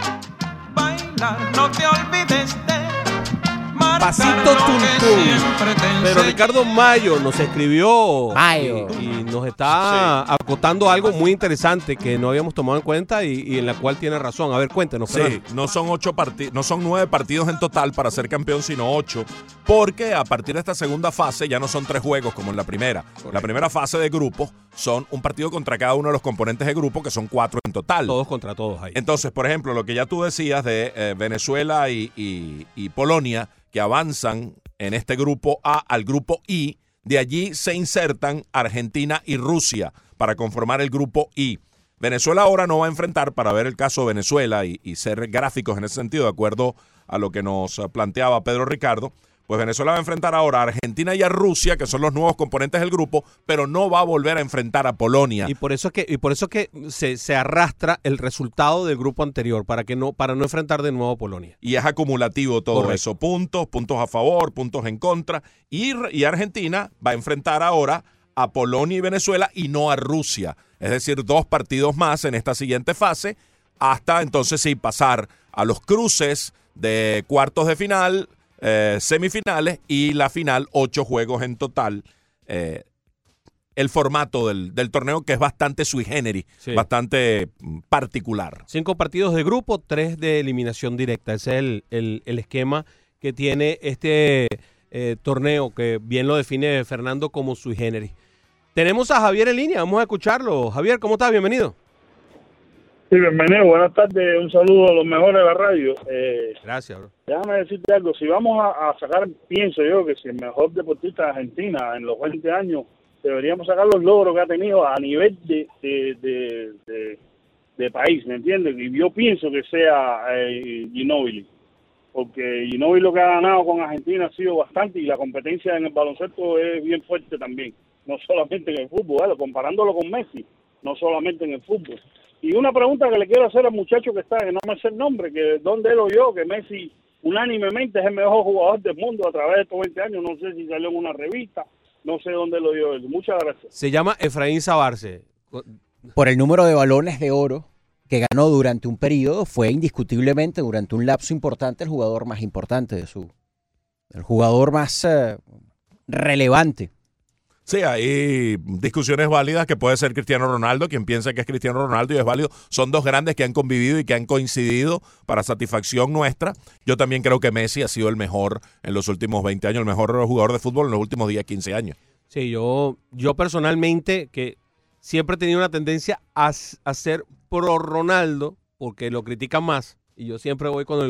No te olvides de Pasito Tum Tum. Pero Ricardo Mayo nos escribió y nos está acotando algo muy interesante que no habíamos tomado en cuenta y en la cual tiene razón. A ver, cuéntenos. Sí, no son 9 partidos en total para ser campeón, sino 8, porque a partir de esta segunda fase ya no son 3 juegos como en la primera. Correcto. La primera fase de grupos son un partido contra cada uno de los componentes de grupo, que son 4 en total. Todos contra todos ahí. Entonces, por ejemplo, lo que ya tú decías de Venezuela y Polonia, que avanzan en este grupo A al grupo I, de allí se insertan Argentina y Rusia para conformar el grupo I. Venezuela ahora no va a enfrentar, para ver el caso de Venezuela y ser gráficos en ese sentido, de acuerdo a lo que nos planteaba Pedro Ricardo, pues Venezuela va a enfrentar ahora a Argentina y a Rusia, que son los nuevos componentes del grupo, pero no va a volver a enfrentar a Polonia. Y por eso que se arrastra el resultado del grupo anterior, para no enfrentar de nuevo a Polonia. Y es acumulativo todo. Correcto. Eso, puntos a favor, puntos en contra. Y Argentina va a enfrentar ahora a Polonia y Venezuela y no a Rusia. Es decir, 2 partidos más en esta siguiente fase, hasta entonces sí pasar a los cruces de cuartos de final, semifinales y la final, 8 juegos en total. El formato del torneo, que es bastante sui generis, sí, bastante particular. 5 partidos de grupo, 3 de eliminación directa. Ese es el esquema que tiene este torneo, que bien lo define Fernando como sui generis. Tenemos a Javier en línea, vamos a escucharlo. Javier, ¿cómo estás? Bienvenido. Sí, bienvenido, buenas tardes, un saludo a los mejores de la radio. Gracias, bro. Déjame decirte algo, si vamos a sacar, pienso yo que si el mejor deportista de Argentina en los 20 años, deberíamos sacar los logros que ha tenido a nivel de país, ¿me entiendes? Y yo pienso que sea Ginóbili, porque Ginóbili lo que ha ganado con Argentina ha sido bastante, y la competencia en el baloncesto es bien fuerte también, no solamente en el fútbol, comparándolo con Messi, no solamente en el fútbol. Y una pregunta que le quiero hacer al muchacho que está, que no me sé el nombre, que dónde él oyó que Messi unánimemente es el mejor jugador del mundo a través de estos 20 años, no sé si salió en una revista, no sé dónde lo oyó él. Muchas gracias. Se llama Efraín Sabarce. Por el número de balones de oro que ganó durante un periodo, fue indiscutiblemente durante un lapso importante el jugador más importante el jugador más relevante. Sí, hay discusiones válidas que puede ser Cristiano Ronaldo, quien piensa que es Cristiano Ronaldo y es válido. Son dos grandes que han convivido y que han coincidido para satisfacción nuestra. Yo también creo que Messi ha sido el mejor en los últimos 20 años, el mejor jugador de fútbol en los últimos 10, 15 años. Sí, yo personalmente que siempre he tenido una tendencia a ser pro Ronaldo porque lo critican más y yo siempre voy con el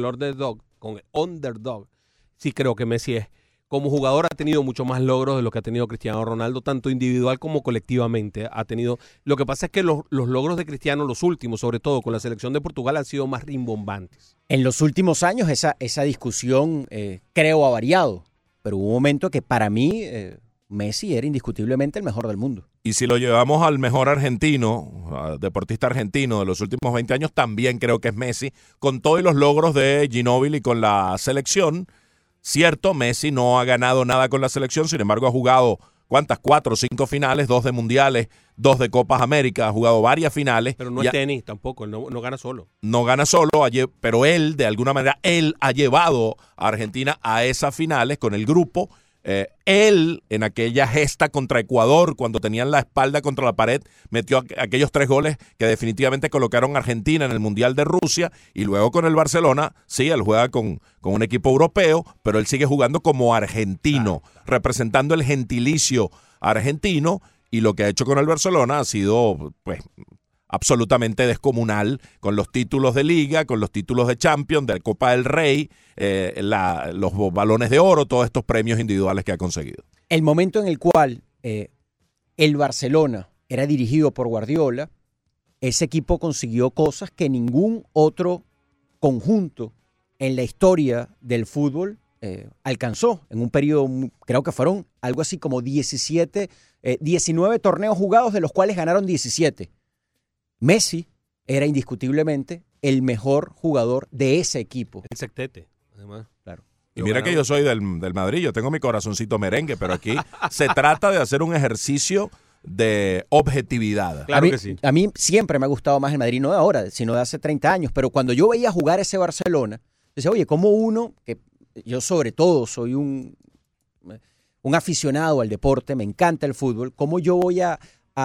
underdog. Sí creo que Messi es. Como jugador ha tenido mucho más logros de lo que ha tenido Cristiano Ronaldo, tanto individual como colectivamente. Ha tenido. Lo que pasa es que los logros de Cristiano, los últimos, sobre todo con la selección de Portugal, han sido más rimbombantes. En los últimos años esa discusión creo ha variado, pero hubo un momento que para mí Messi era indiscutiblemente el mejor del mundo. Y si lo llevamos al mejor argentino, deportista argentino de los últimos 20 años, también creo que es Messi, con todos los logros de Ginóbili y con la selección. Cierto, Messi no ha ganado nada con la selección, sin embargo ha jugado, ¿cuántas? 4 o 5 finales, 2 de mundiales, 2 de Copas América, ha jugado varias finales. Pero no es tenis tampoco, no gana solo. No gana solo, pero él, de alguna manera, él ha llevado a Argentina a esas finales con el grupo. Él, en aquella gesta contra Ecuador, cuando tenían la espalda contra la pared, metió aquellos 3 goles que definitivamente colocaron a Argentina en el Mundial de Rusia. Y luego con el Barcelona, sí, él juega con un equipo europeo, pero él sigue jugando como argentino, representando el gentilicio argentino. Y lo que ha hecho con el Barcelona ha sido, pues, absolutamente descomunal, con los títulos de Liga, con los títulos de Champions, de Copa del Rey, los balones de oro, todos estos premios individuales que ha conseguido. El momento en el cual el Barcelona era dirigido por Guardiola, ese equipo consiguió cosas que ningún otro conjunto en la historia del fútbol alcanzó. En un periodo, creo que fueron algo así como 19 torneos jugados, de los cuales ganaron 17. Messi era indiscutiblemente el mejor jugador de ese equipo. El sectete, además. Claro. Y mira que yo soy del Madrid, yo tengo mi corazoncito merengue, pero aquí se trata de hacer un ejercicio de objetividad. Claro que sí. A mí siempre me ha gustado más el Madrid, no de ahora, sino de hace 30 años. Pero cuando yo veía jugar ese Barcelona, decía, oye, ¿cómo uno, que yo sobre todo soy un aficionado al deporte, me encanta el fútbol, cómo yo voy a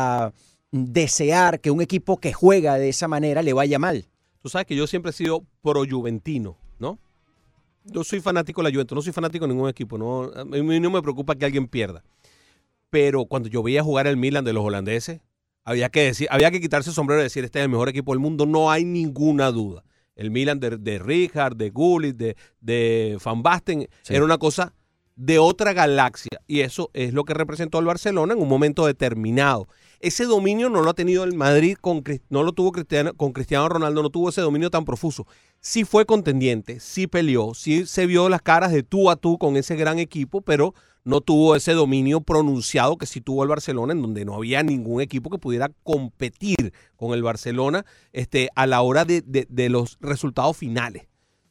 desear que un equipo que juega de esa manera le vaya mal? Tú sabes que yo siempre he sido pro-juventino, ¿no? Yo soy fanático de la Juventus, no soy fanático de ningún equipo, ¿no? A mí no me preocupa que alguien pierda. Pero cuando yo veía jugar el Milan de los holandeses, había que quitarse el sombrero y decir, este es el mejor equipo del mundo, no hay ninguna duda. El Milan de Rijkaard, de Gullit, de Van Basten, sí, era una cosa de otra galaxia. Y eso es lo que representó el Barcelona en un momento determinado. Ese dominio no lo ha tenido el Madrid, no lo tuvo con Cristiano Ronaldo, no tuvo ese dominio tan profuso. Sí fue contendiente, sí peleó, sí se vio las caras de tú a tú con ese gran equipo, pero no tuvo ese dominio pronunciado que sí tuvo el Barcelona, en donde no había ningún equipo que pudiera competir con el Barcelona a la hora de los resultados finales.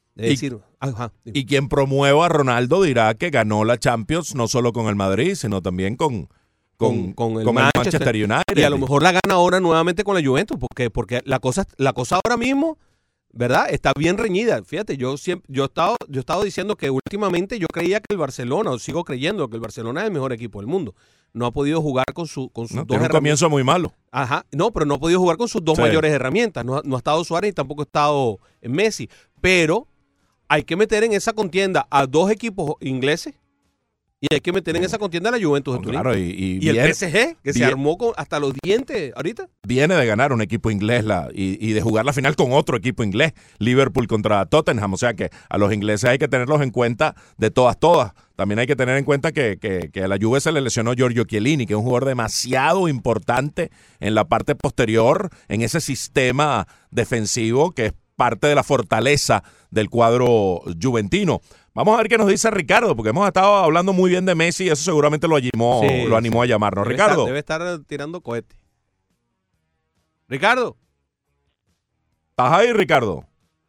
Y quien promueva a Ronaldo dirá que ganó la Champions no solo con el Madrid, sino también con el Manchester United. Y a lo mejor la gana ahora nuevamente con la Juventus, porque la cosa ahora mismo, ¿verdad? Está bien reñida. Fíjate, yo he estado diciendo que últimamente yo creía que el Barcelona, o sigo creyendo que el Barcelona es el mejor equipo del mundo. No ha podido jugar con sus dos herramientas. Un comienzo muy malo. Ajá, no, pero no ha podido jugar con sus dos mayores herramientas. No ha estado Suárez y tampoco ha estado Messi. Pero hay que meter en esa contienda a dos equipos ingleses Y hay que meter en esa contienda a la Juventus de Turín. Claro, y el PSG, que se armó hasta los dientes ahorita. Viene de ganar un equipo inglés y de jugar la final con otro equipo inglés, Liverpool contra Tottenham. O sea que a los ingleses hay que tenerlos en cuenta de todas. También hay que tener en cuenta que a la Juve se le lesionó Giorgio Chiellini, que es un jugador demasiado importante en la parte posterior, en ese sistema defensivo que es parte de la fortaleza del cuadro juventino. Vamos a ver qué nos dice Ricardo, porque hemos estado hablando muy bien de Messi y eso seguramente lo animó a llamarnos. Ricardo. Debe estar tirando cohetes. Ricardo. ¿Estás ahí, Ricardo?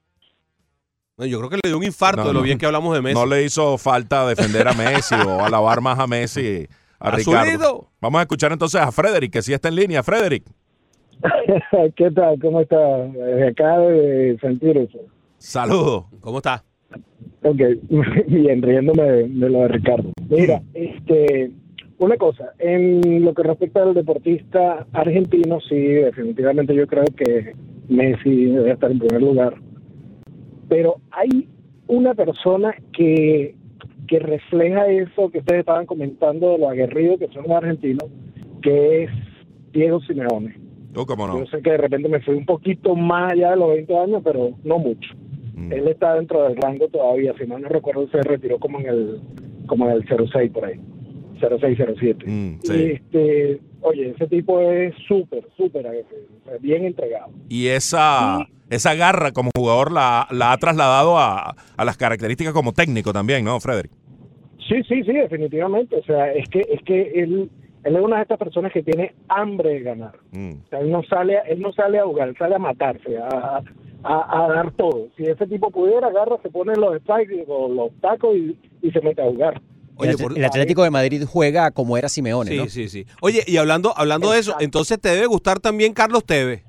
No, yo creo que le dio un infarto de lo bien que hablamos de Messi. No le hizo falta defender a Messi o alabar más a Messi a Ricardo. Azulito. Vamos a escuchar entonces a Frederick, que sí está en línea. Frederick. ¿Qué tal? ¿Cómo está? Desde acá de Santiago. Saludos. ¿Cómo está? Ok, bien, riéndome de lo de Ricardo. Mira, una cosa, en lo que respecta al deportista argentino, sí, definitivamente yo creo que Messi debe estar en primer lugar. Pero hay una persona que refleja eso que ustedes estaban comentando de lo aguerrido que son los argentinos, que es Diego Simeone. ¿Cómo no? Yo sé que de repente me fui un poquito más allá de los 20 años, pero no mucho. Él está dentro del rango todavía, si mal no recuerdo, se retiró como en el 06 por ahí, 06, 07. Sí. Y oye, ese tipo es súper bien entregado. Y esa garra como jugador la ha trasladado a las características como técnico también, ¿no, Frederick? Sí, definitivamente. O sea, es que él es una de estas personas que tiene hambre de ganar. O sea, él no sale a jugar, él sale a matarse, a dar todo. Si ese tipo pudiera, agarra, se pone los spikes o los tacos y se mete a jugar. Oye, el Atlético de Madrid juega como era Simeone, ¿no? Sí. Oye, y hablando de eso, entonces te debe gustar también Carlos Tevez.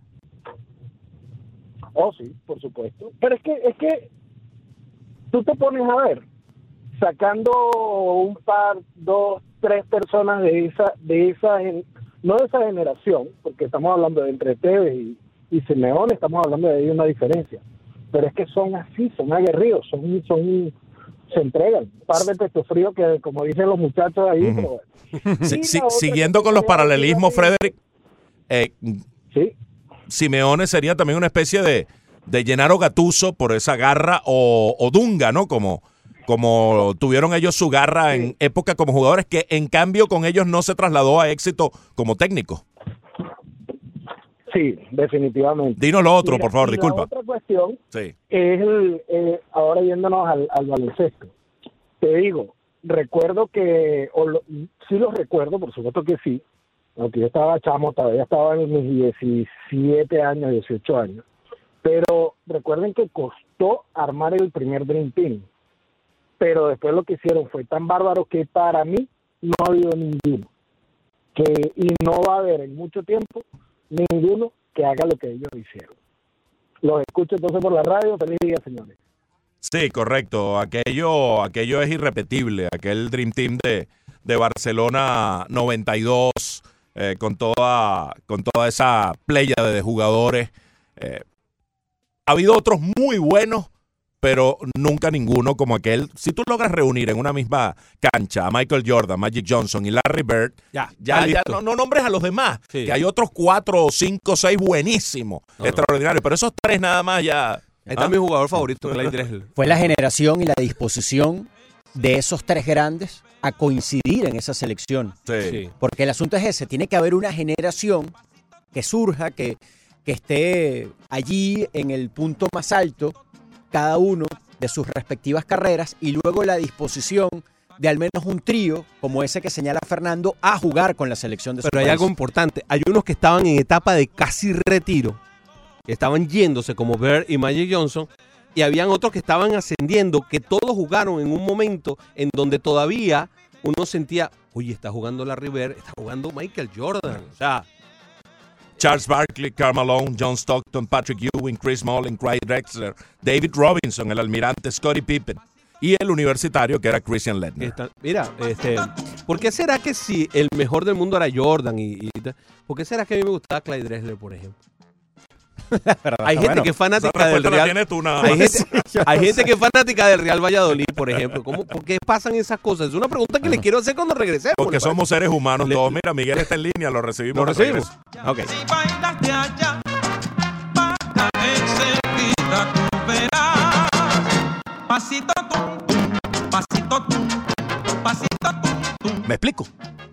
Oh, sí, por supuesto. Pero es que tú te pones a ver, sacando un par, 2, 3 personas de esa no de esa generación, porque estamos hablando de entre Tevez y Simeone, estamos hablando de ahí una diferencia. Pero es que son así, son aguerridos, se entregan. Un par de pecho frío que, como dicen los muchachos ahí. Uh-huh. Pero, siguiendo con los paralelismos, Frederick, sí. Simeone sería también una especie de Gennaro Gattuso por esa garra o Dunga, ¿no? Como tuvieron ellos su garra en época como jugadores, que en cambio con ellos no se trasladó a éxito como técnico. Sí, definitivamente. Dinos lo otro, por favor, disculpa. La otra cuestión es ahora yéndonos al baloncesto. Te digo, recuerdo que, sí los recuerdo, por supuesto que sí, aunque yo estaba chamo, todavía estaba en mis 17 años, 18 años, pero recuerden que costó armar el primer Dream Team, pero después lo que hicieron fue tan bárbaro que para mí no ha habido ninguno, y no va a haber en mucho tiempo ninguno que haga lo que ellos hicieron. Los escucho entonces por la radio. Feliz día, señores. Sí, correcto. Aquello es irrepetible. Aquel Dream Team de Barcelona 92, con toda esa playa de jugadores. Ha habido otros muy buenos, pero nunca ninguno como aquel. Si tú logras reunir en una misma cancha a Michael Jordan, Magic Johnson y Larry Bird, ya no nombres a los demás, que hay otros 4, 5, 6 buenísimos, extraordinarios, pero esos 3 nada más ya... Está mi jugador favorito, Clyde Drexler. Fue la generación y la disposición de esos 3 grandes a coincidir en esa selección. Sí. Porque el asunto es ese, tiene que haber una generación que surja, que esté allí en el punto más alto, cada uno de sus respectivas carreras, y luego la disposición de al menos un trío, como ese que señala Fernando, a jugar con la selección de su país. Pero hay algo importante, hay unos que estaban en etapa de casi retiro, que estaban yéndose como Bird y Magic Johnson, y habían otros que estaban ascendiendo, que todos jugaron en un momento en donde todavía uno sentía, oye, está jugando Larry Bird, está jugando Michael Jordan, o sea... Charles Barkley, Karl Malone, John Stockton, Patrick Ewing, Chris Smalling, Clyde Drexler, David Robinson, el almirante Scottie Pippen y el universitario que era Christian Laettner. ¿Por qué será que si el mejor del mundo era Jordan ¿por qué será que a mí me gustaba Clyde Drexler, por ejemplo? Hay gente que es fanática del Real. Hay gente que es fanática del Real Valladolid, por ejemplo. ¿Por qué pasan esas cosas? Es una pregunta que le quiero hacer cuando regresemos. Porque somos seres humanos todos. Mira, Miguel está en línea, lo recibimos. ¿Lo recibimos? Ok. Si bailas de allá, para enseguida tú verás. Pasito tú, pasito tú, pasito tú. Me explico.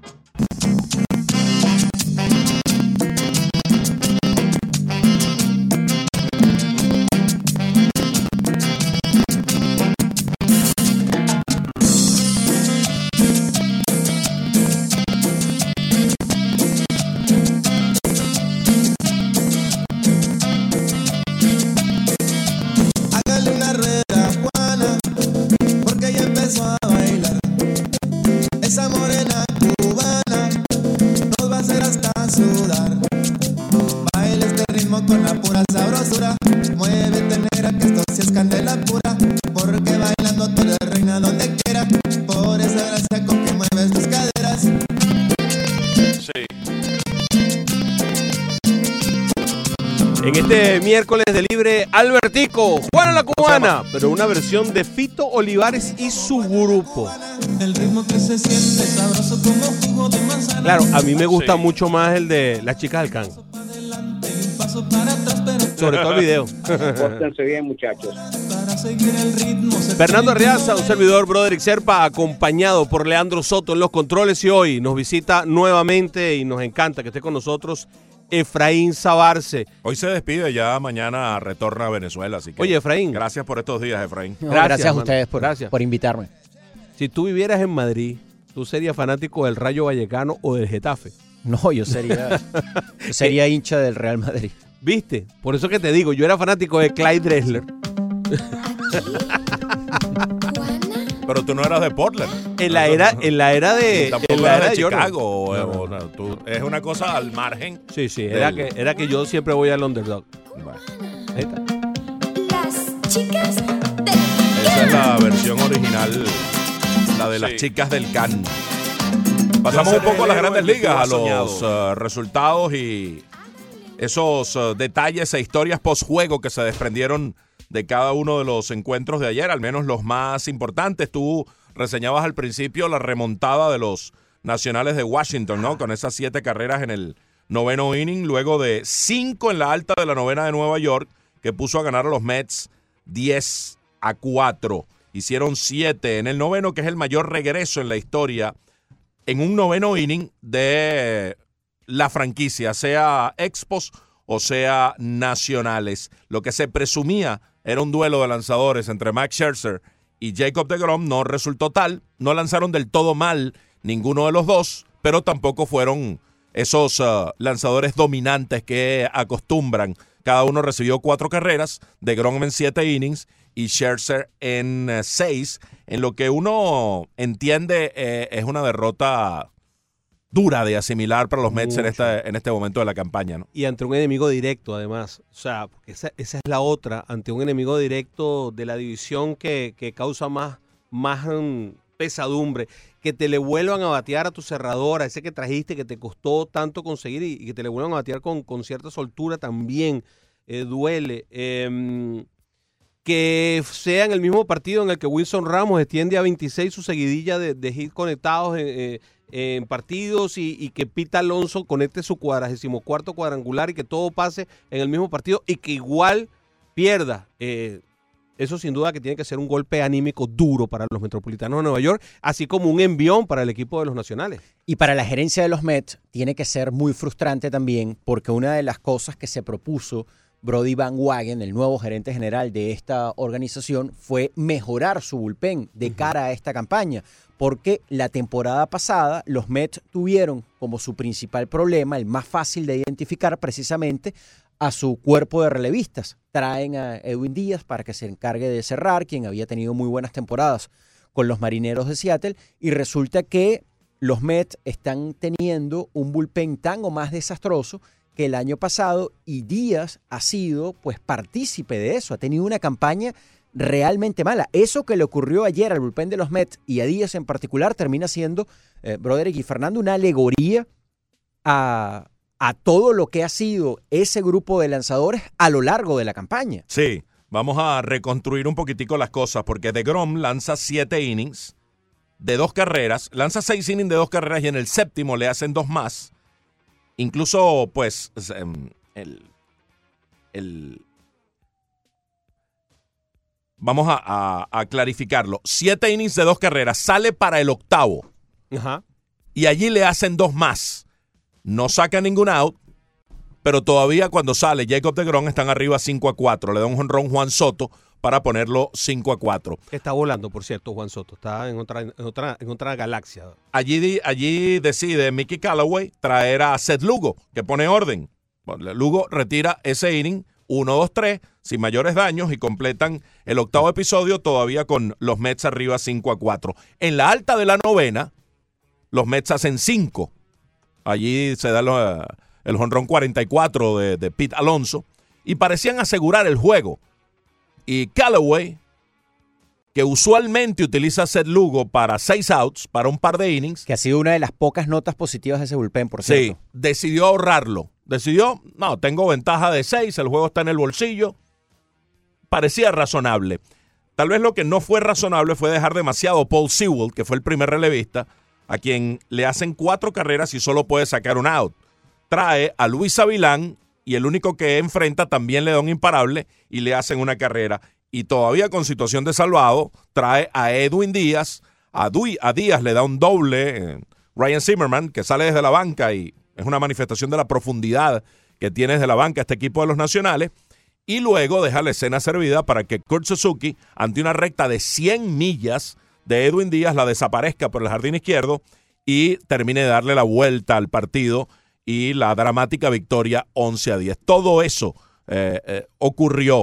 Hágale una rueda a Juana, porque ella empezó a bailar. Esa morena cubana nos va a hacer hasta sudar. Baila este ritmo con la pura sabrosura. Muévete negra que esto sí es candela pura. Porque bailando tú eres reina donde quiera. Por esa gracia con que mueves tus caderas. Sí. En este miércoles de libre, Albertico, Juana la Cubana, pero una versión de Fito Olivares y su grupo. El ritmo que se siente sabroso como jugo de manzana. Claro, a mí me gusta mucho más el de Las Chicas del Can. Un paso para atrás, pero Sobre todo el video. Pórtense bien, muchachos. para seguir el ritmo. Fernando Arriaza, un servidor, Broderick Serpa, acompañado por Leandro Soto en los controles, y hoy nos visita nuevamente y nos encanta que esté con nosotros Efraín Sabarce. Hoy se despide, ya mañana retorna a Venezuela, así que Oye, Efraín. gracias por estos días, Efraín. No, gracias a hermano. ustedes Gracias. por invitarme. Si tú vivieras en Madrid, ¿tú serías fanático del Rayo Vallecano o del Getafe? No, yo sería hincha del Real Madrid. ¿Viste? Por eso que te digo, yo era fanático de Clyde Drexler. Pero tú no eras de Portland. En la era de Tampoco en la eras era de Jordan. Chicago. Es una cosa al margen. Sí, era que yo siempre voy al underdog. Bueno, Ahí está. Las chicas del esa es la versión original, la de las chicas del Can. Pasamos un poco a las grandes ligas, a los resultados y esos detalles e historias post-juego que se desprendieron de cada uno de los encuentros de ayer, al menos los más importantes. Tú reseñabas al principio la remontada de los Nacionales de Washington, ¿no? Con esas 7 carreras en el noveno inning, luego de 5 en la alta de la novena de Nueva York, que puso a ganar a los Mets 10-4. Hicieron 7 en el noveno, que es el mayor regreso en la historia en un noveno inning de la franquicia, sea Expos o sea Nacionales. Lo que se presumía era un duelo de lanzadores entre Max Scherzer y Jacob deGrom, no resultó tal. No lanzaron del todo mal ninguno de los dos, pero tampoco fueron esos lanzadores dominantes que acostumbran. Cada uno recibió 4 carreras, deGrom en 7 innings y Scherzer en 6, en lo que uno entiende es una derrota dura de asimilar para los Mets en este momento de la campaña, ¿no? Y ante un enemigo directo, además. O sea, porque esa es la otra, ante un enemigo directo de la división que causa más pesadumbre, que te le vuelvan a batear a tu cerrador, a ese que trajiste, que te costó tanto conseguir, y que te le vuelvan a batear con cierta soltura también, duele. Que sea en el mismo partido en el que Wilson Ramos extiende a 26 su seguidilla de hits conectados en partidos, y que Pete Alonso conecte su 44º cuadrangular y que todo pase en el mismo partido y que igual pierda. Eso sin duda que tiene que ser un golpe anímico duro para los Metropolitanos de Nueva York, así como un envión para el equipo de los Nacionales. Y para la gerencia de los Mets tiene que ser muy frustrante también, porque una de las cosas que se propuso Brodie Van Wagenen, el nuevo gerente general de esta organización, fue mejorar su bullpen de cara a esta campaña, porque la temporada pasada los Mets tuvieron como su principal problema, el más fácil de identificar, precisamente a su cuerpo de relevistas. Traen a Edwin Díaz para que se encargue de cerrar, quien había tenido muy buenas temporadas con los Marineros de Seattle, y resulta que los Mets están teniendo un bullpen tan o más desastroso que el año pasado, y Díaz ha sido pues partícipe de eso, ha tenido una campaña realmente mala. Eso que le ocurrió ayer al bullpen de los Mets y a Díaz en particular termina siendo, Broderick y Fernando, una alegoría a a todo lo que ha sido ese grupo de lanzadores a lo largo de la campaña. Sí, vamos a reconstruir un poquitico las cosas, porque DeGrom lanza 7 innings de 2 carreras, lanza 6 innings de 2 carreras y en el séptimo le hacen 2 más. Incluso, pues, vamos a clarificarlo. 7 innings de 2 carreras, sale para el octavo. Ajá. Y allí le hacen 2 más. No saca ningún out, pero todavía cuando sale Jacob deGrom están arriba 5-4. Le da un jonrón Juan Soto para ponerlo 5-4. Está volando, por cierto, Juan Soto. Está en otra galaxia. Allí decide Mickey Callaway traer a Seth Lugo, que pone orden. Bueno, Lugo retira ese inning, 1-2-3, sin mayores daños, y completan el octavo episodio todavía con los Mets arriba 5-4. En la alta de la novena, los Mets hacen 5. Allí se da el jonrón 44 de Pete Alonso y parecían asegurar el juego. Y Callaway, que usualmente utiliza a Seth Lugo para 6 outs, para un par de innings. Que ha sido una de las pocas notas positivas de ese bullpen, por cierto. Sí, decidió ahorrarlo. Decidió, no, tengo ventaja de 6, el juego está en el bolsillo. Parecía razonable. Tal vez lo que no fue razonable fue dejar demasiado a Paul Sewell, que fue el primer relevista, a quien le hacen 4 carreras y solo puede sacar un out. Trae a Luis Avilán y el único que enfrenta también le da un imparable y le hacen una carrera. Y todavía con situación de salvado, trae a Edwin Díaz. A Díaz le da un doble. Ryan Zimmerman, que sale desde la banca y es una manifestación de la profundidad que tiene desde la banca este equipo de los Nacionales. Y luego deja la escena servida para que Kurt Suzuki, ante una recta de 100 millas de Edwin Díaz, la desaparezca por el jardín izquierdo y termine de darle la vuelta al partido y la dramática victoria 11-10. Todo eso ocurrió.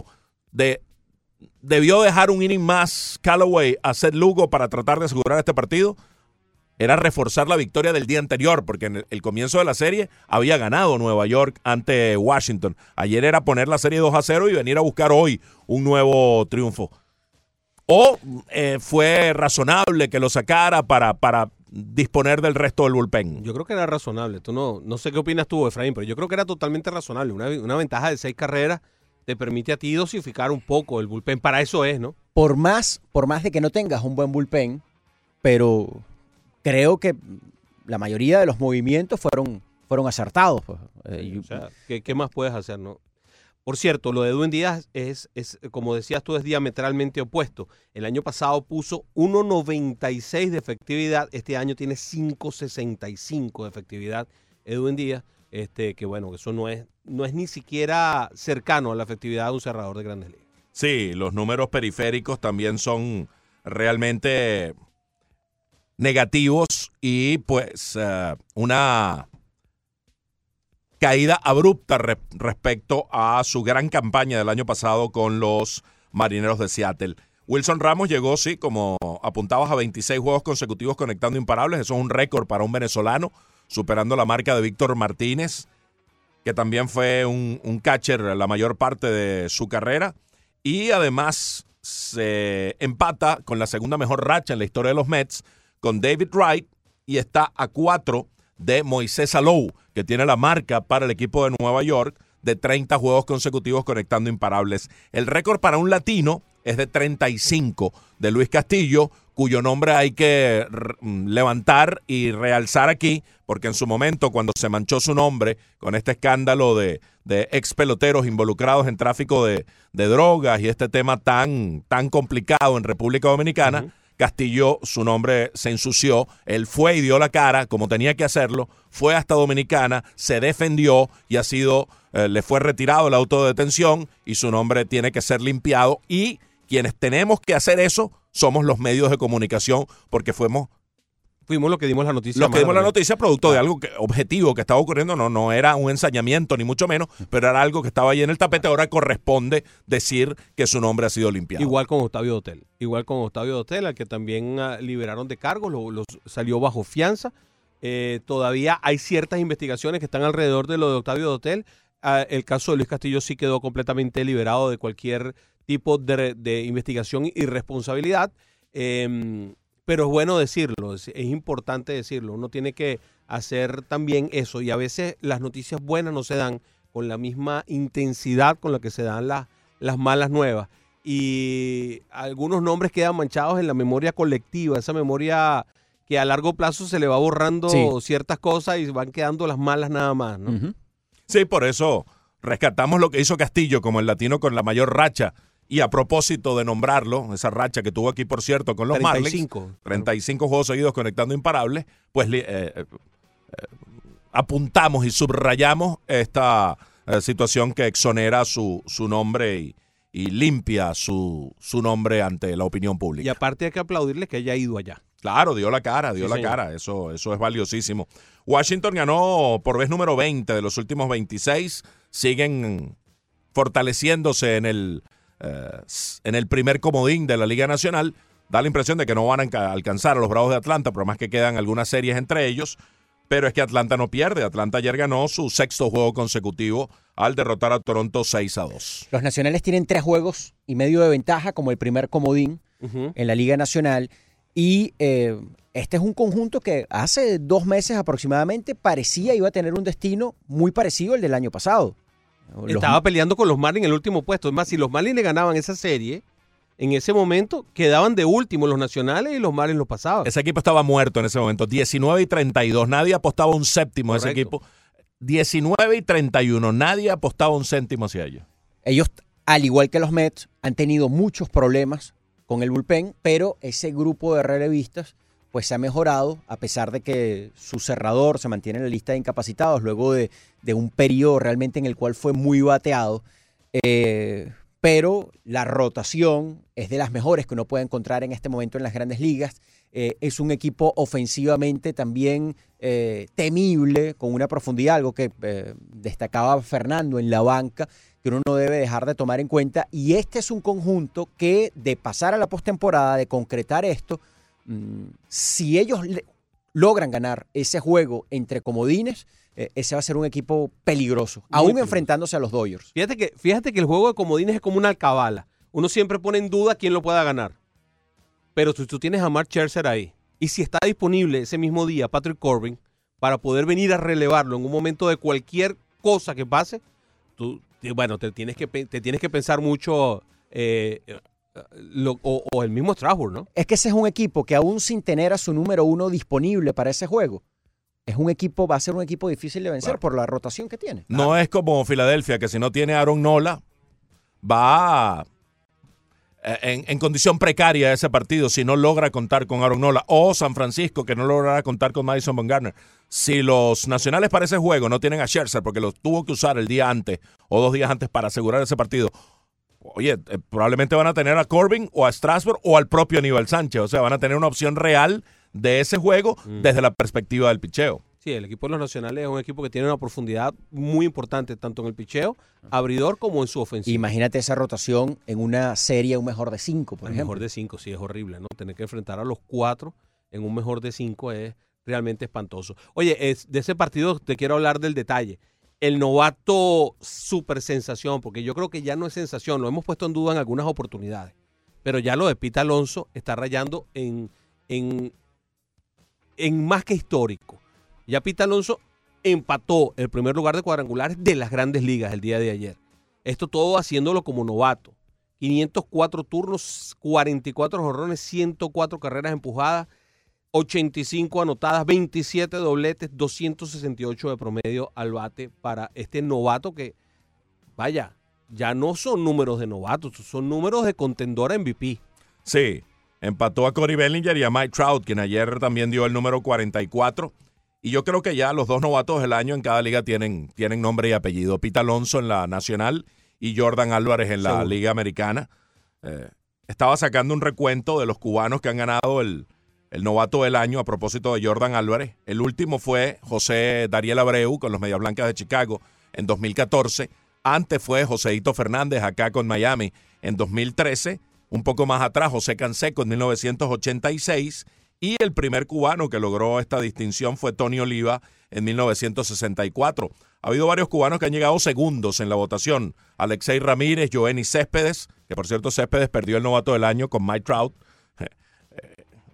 ¿Debió dejar un inning más Callaway a Seth Lugo para tratar de asegurar este partido? Era reforzar la victoria del día anterior, porque en el comienzo de la serie había ganado Nueva York ante Washington. Ayer era poner la serie 2-0 y venir a buscar hoy un nuevo triunfo. ¿O fue razonable que lo sacara para disponer del resto del bullpen? Yo creo que era razonable. Tú no sé qué opinas tú, Efraín, pero yo creo que era totalmente razonable. Una ventaja de 6 carreras te permite a ti dosificar un poco el bullpen. Para eso es, ¿no? Por más de que no tengas un buen bullpen, pero creo que la mayoría de los movimientos fueron acertados. Pues. O sea, ¿qué más puedes hacer, no? Por cierto, lo de Edwin Díaz es, como decías tú, es diametralmente opuesto. El año pasado puso 1.96 de efectividad, este año tiene 5.65 de efectividad Edwin Díaz, que bueno, eso no es ni siquiera cercano a la efectividad de un cerrador de Grandes Ligas. Sí, los números periféricos también son realmente negativos y pues una caída abrupta respecto a su gran campaña del año pasado con los Marineros de Seattle. Wilson Ramos llegó, sí, como apuntabas, a 26 juegos consecutivos conectando imparables. Eso es un récord para un venezolano, superando la marca de Víctor Martínez, que también fue un catcher la mayor parte de su carrera. Y además se empata con la segunda mejor racha en la historia de los Mets, con David Wright, y está a 4 de Moisés Alou, que tiene la marca para el equipo de Nueva York de 30 juegos consecutivos conectando imparables. El récord para un latino es de 35 de Luis Castillo, cuyo nombre hay que levantar y realzar aquí, porque en su momento, cuando se manchó su nombre con este escándalo de ex peloteros involucrados en tráfico de drogas y este tema tan complicado en República Dominicana, Castillo, su nombre se ensució, él fue y dio la cara como tenía que hacerlo, fue hasta Dominicana, se defendió y le fue retirado el auto de detención y su nombre tiene que ser limpiado, y quienes tenemos que hacer eso somos los medios de comunicación, porque fuimos lo que dimos la noticia. Lo que dimos la noticia producto de algo objetivo que estaba ocurriendo. No era un ensañamiento ni mucho menos, pero era algo que estaba ahí en el tapete. Ahora corresponde decir que su nombre ha sido limpiado. Igual con Octavio Dotel, al que también liberaron de cargos, salió bajo fianza. Todavía hay ciertas investigaciones que están alrededor de lo de Octavio Dotel. El caso de Luis Castillo sí quedó completamente liberado de cualquier tipo de investigación y responsabilidad. pero es bueno decirlo, es importante decirlo. Uno tiene que hacer también eso y a veces las noticias buenas no se dan con la misma intensidad con la que se dan las malas nuevas. Y algunos nombres quedan manchados en la memoria colectiva, esa memoria que a largo plazo se le va borrando ciertas cosas y van quedando las malas nada más, ¿no? Uh-huh. Sí, por eso rescatamos lo que hizo Castillo como el latino con la mayor racha. Y a propósito de nombrarlo, esa racha que tuvo aquí, por cierto, con los 35 juegos seguidos conectando imparables, pues apuntamos y subrayamos esta situación que exonera su nombre y limpia su nombre ante la opinión pública. Y aparte hay que aplaudirle que haya ido allá. Claro, dio la cara. Eso es valiosísimo. Washington ganó por vez número 20 de los últimos 26. Siguen fortaleciéndose en el primer comodín de la Liga Nacional. Da la impresión de que no van a alcanzar a los Bravos de Atlanta, por más que quedan algunas series entre ellos. Pero es que Atlanta no pierde. Atlanta ayer ganó su 6º juego consecutivo al derrotar a Toronto 6-2. Los nacionales tienen 3 juegos y medio de ventaja como el primer comodín en la Liga Nacional. Y este es un conjunto que hace 2 meses aproximadamente iba a tener un destino muy parecido al del año pasado. Estaba peleando con los Marlins en el último puesto. Es más, si los Marlins le ganaban esa serie, en ese momento quedaban de último los nacionales y los Marlins lo pasaban. Ese equipo estaba muerto en ese momento. 19-32. Nadie apostaba un séptimo a ese equipo. 19-31. Nadie apostaba un céntimo hacia ellos. Ellos, al igual que los Mets, han tenido muchos problemas con el bullpen, pero ese grupo de relevistas pues se ha mejorado, a pesar de que su cerrador se mantiene en la lista de incapacitados luego de un periodo realmente en el cual fue muy bateado. Pero la rotación es de las mejores que uno puede encontrar en este momento en las grandes ligas. Es un equipo ofensivamente también temible, con una profundidad, algo que destacaba Fernando en la banca, que uno no debe dejar de tomar en cuenta. Y este es un conjunto que, de pasar a la postemporada, de concretar esto, si ellos logran ganar ese juego entre comodines, ese va a ser un equipo peligroso, aún enfrentándose a los Dodgers. Fíjate que el juego de comodines es como una alcabala. Uno siempre pone en duda quién lo pueda ganar. Pero si tú tienes a Mark Scherzer ahí, y si está disponible ese mismo día Patrick Corbin para poder venir a relevarlo en un momento de cualquier cosa que pase, te tienes que pensar mucho o el mismo Strasburg, ¿no? Es que ese es un equipo que aún sin tener a su número 1 disponible para ese juego, va a ser un equipo difícil de vencer por la rotación que tiene. No es como Filadelfia, que si no tiene a Aaron Nola, va en condición precaria ese partido si no logra contar con Aaron Nola. O San Francisco, que no logrará contar con Madison Bumgarner. Si los nacionales para ese juego no tienen a Scherzer, porque los tuvo que usar el día antes o 2 días antes para asegurar ese partido, oye, probablemente van a tener a Corbin o a Strasburg o al propio Aníbal Sánchez. O sea, van a tener una opción real de ese juego desde la perspectiva del picheo. Sí, el equipo de los nacionales es un equipo que tiene una profundidad muy importante, tanto en el picheo, abridor, como en su ofensiva. Imagínate esa rotación en una serie, un mejor de 5, por ejemplo. Un mejor de 5, sí, es horrible, ¿no? Tener que enfrentar a los 4 en un mejor de 5 es realmente espantoso. Oye, de ese partido te quiero hablar del detalle. El novato super sensación, porque yo creo que ya no es sensación, lo hemos puesto en duda en algunas oportunidades, pero ya lo de Pete Alonso está rayando en más que histórico. Ya Pete Alonso empató el primer lugar de cuadrangulares de las grandes ligas el día de ayer. Esto todo haciéndolo como novato. 504 turnos, 44 jonrones, 104 carreras empujadas, 85 anotadas, 27 dobletes, 268 de promedio al bate para este novato que, vaya, ya no son números de novatos, son números de contendor MVP. Sí, empató a Cody Bellinger y a Mike Trout, quien ayer también dio el número 44. Y yo creo que ya los 2 novatos del año en cada liga tienen nombre y apellido. Pete Alonso en la Nacional y Jordan Álvarez en la Liga Americana. Estaba sacando un recuento de los cubanos que han ganado el novato del año a propósito de Jordan Álvarez. El último fue José Dariel Abreu con los Medias Blancas de Chicago en 2014. Antes fue Joséito Fernández acá con Miami en 2013. Un poco más atrás, José Canseco en 1986. Y el primer cubano que logró esta distinción fue Tony Oliva en 1964. Ha habido varios cubanos que han llegado segundos en la votación. Alexei Ramírez, Yoenis Céspedes, que por cierto Céspedes perdió el novato del año con Mike Trout.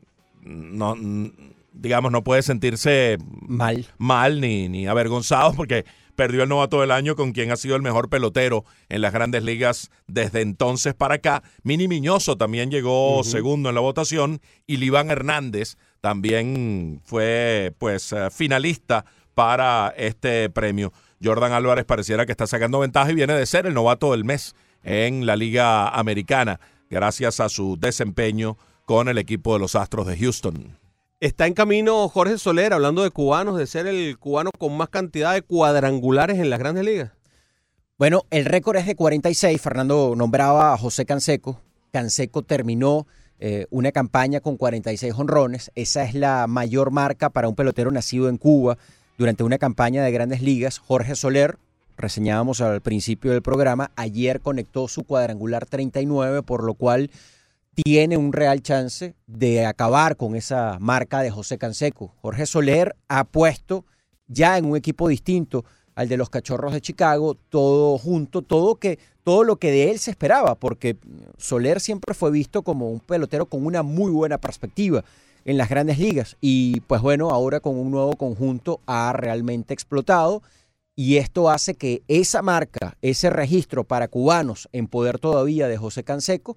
no, digamos, no puede sentirse mal ni avergonzado porque perdió el novato del año con quien ha sido el mejor pelotero en las Grandes Ligas desde entonces para acá. Mini Miñoso también llegó segundo en la votación y Liván Hernández también fue finalista para este premio. Jordan Álvarez pareciera que está sacando ventaja y viene de ser el novato del mes en la Liga Americana gracias a su desempeño con el equipo de los Astros de Houston. Está en camino Jorge Soler, hablando de cubanos, de ser el cubano con más cantidad de cuadrangulares en las Grandes Ligas. Bueno, el récord es de 46. Fernando nombraba a José Canseco. Canseco terminó una campaña con 46 jonrones. Esa es la mayor marca para un pelotero nacido en Cuba durante una campaña de Grandes Ligas. Jorge Soler, reseñábamos al principio del programa, ayer conectó su cuadrangular 39, por lo cual tiene un real chance de acabar con esa marca de José Canseco. Jorge Soler ha puesto ya en un equipo distinto al de los Cachorros de Chicago, todo junto, todo lo que de él se esperaba, porque Soler siempre fue visto como un pelotero con una muy buena perspectiva en las Grandes Ligas. Y pues bueno, ahora con un nuevo conjunto ha realmente explotado y esto hace que esa marca, ese registro para cubanos en poder todavía de José Canseco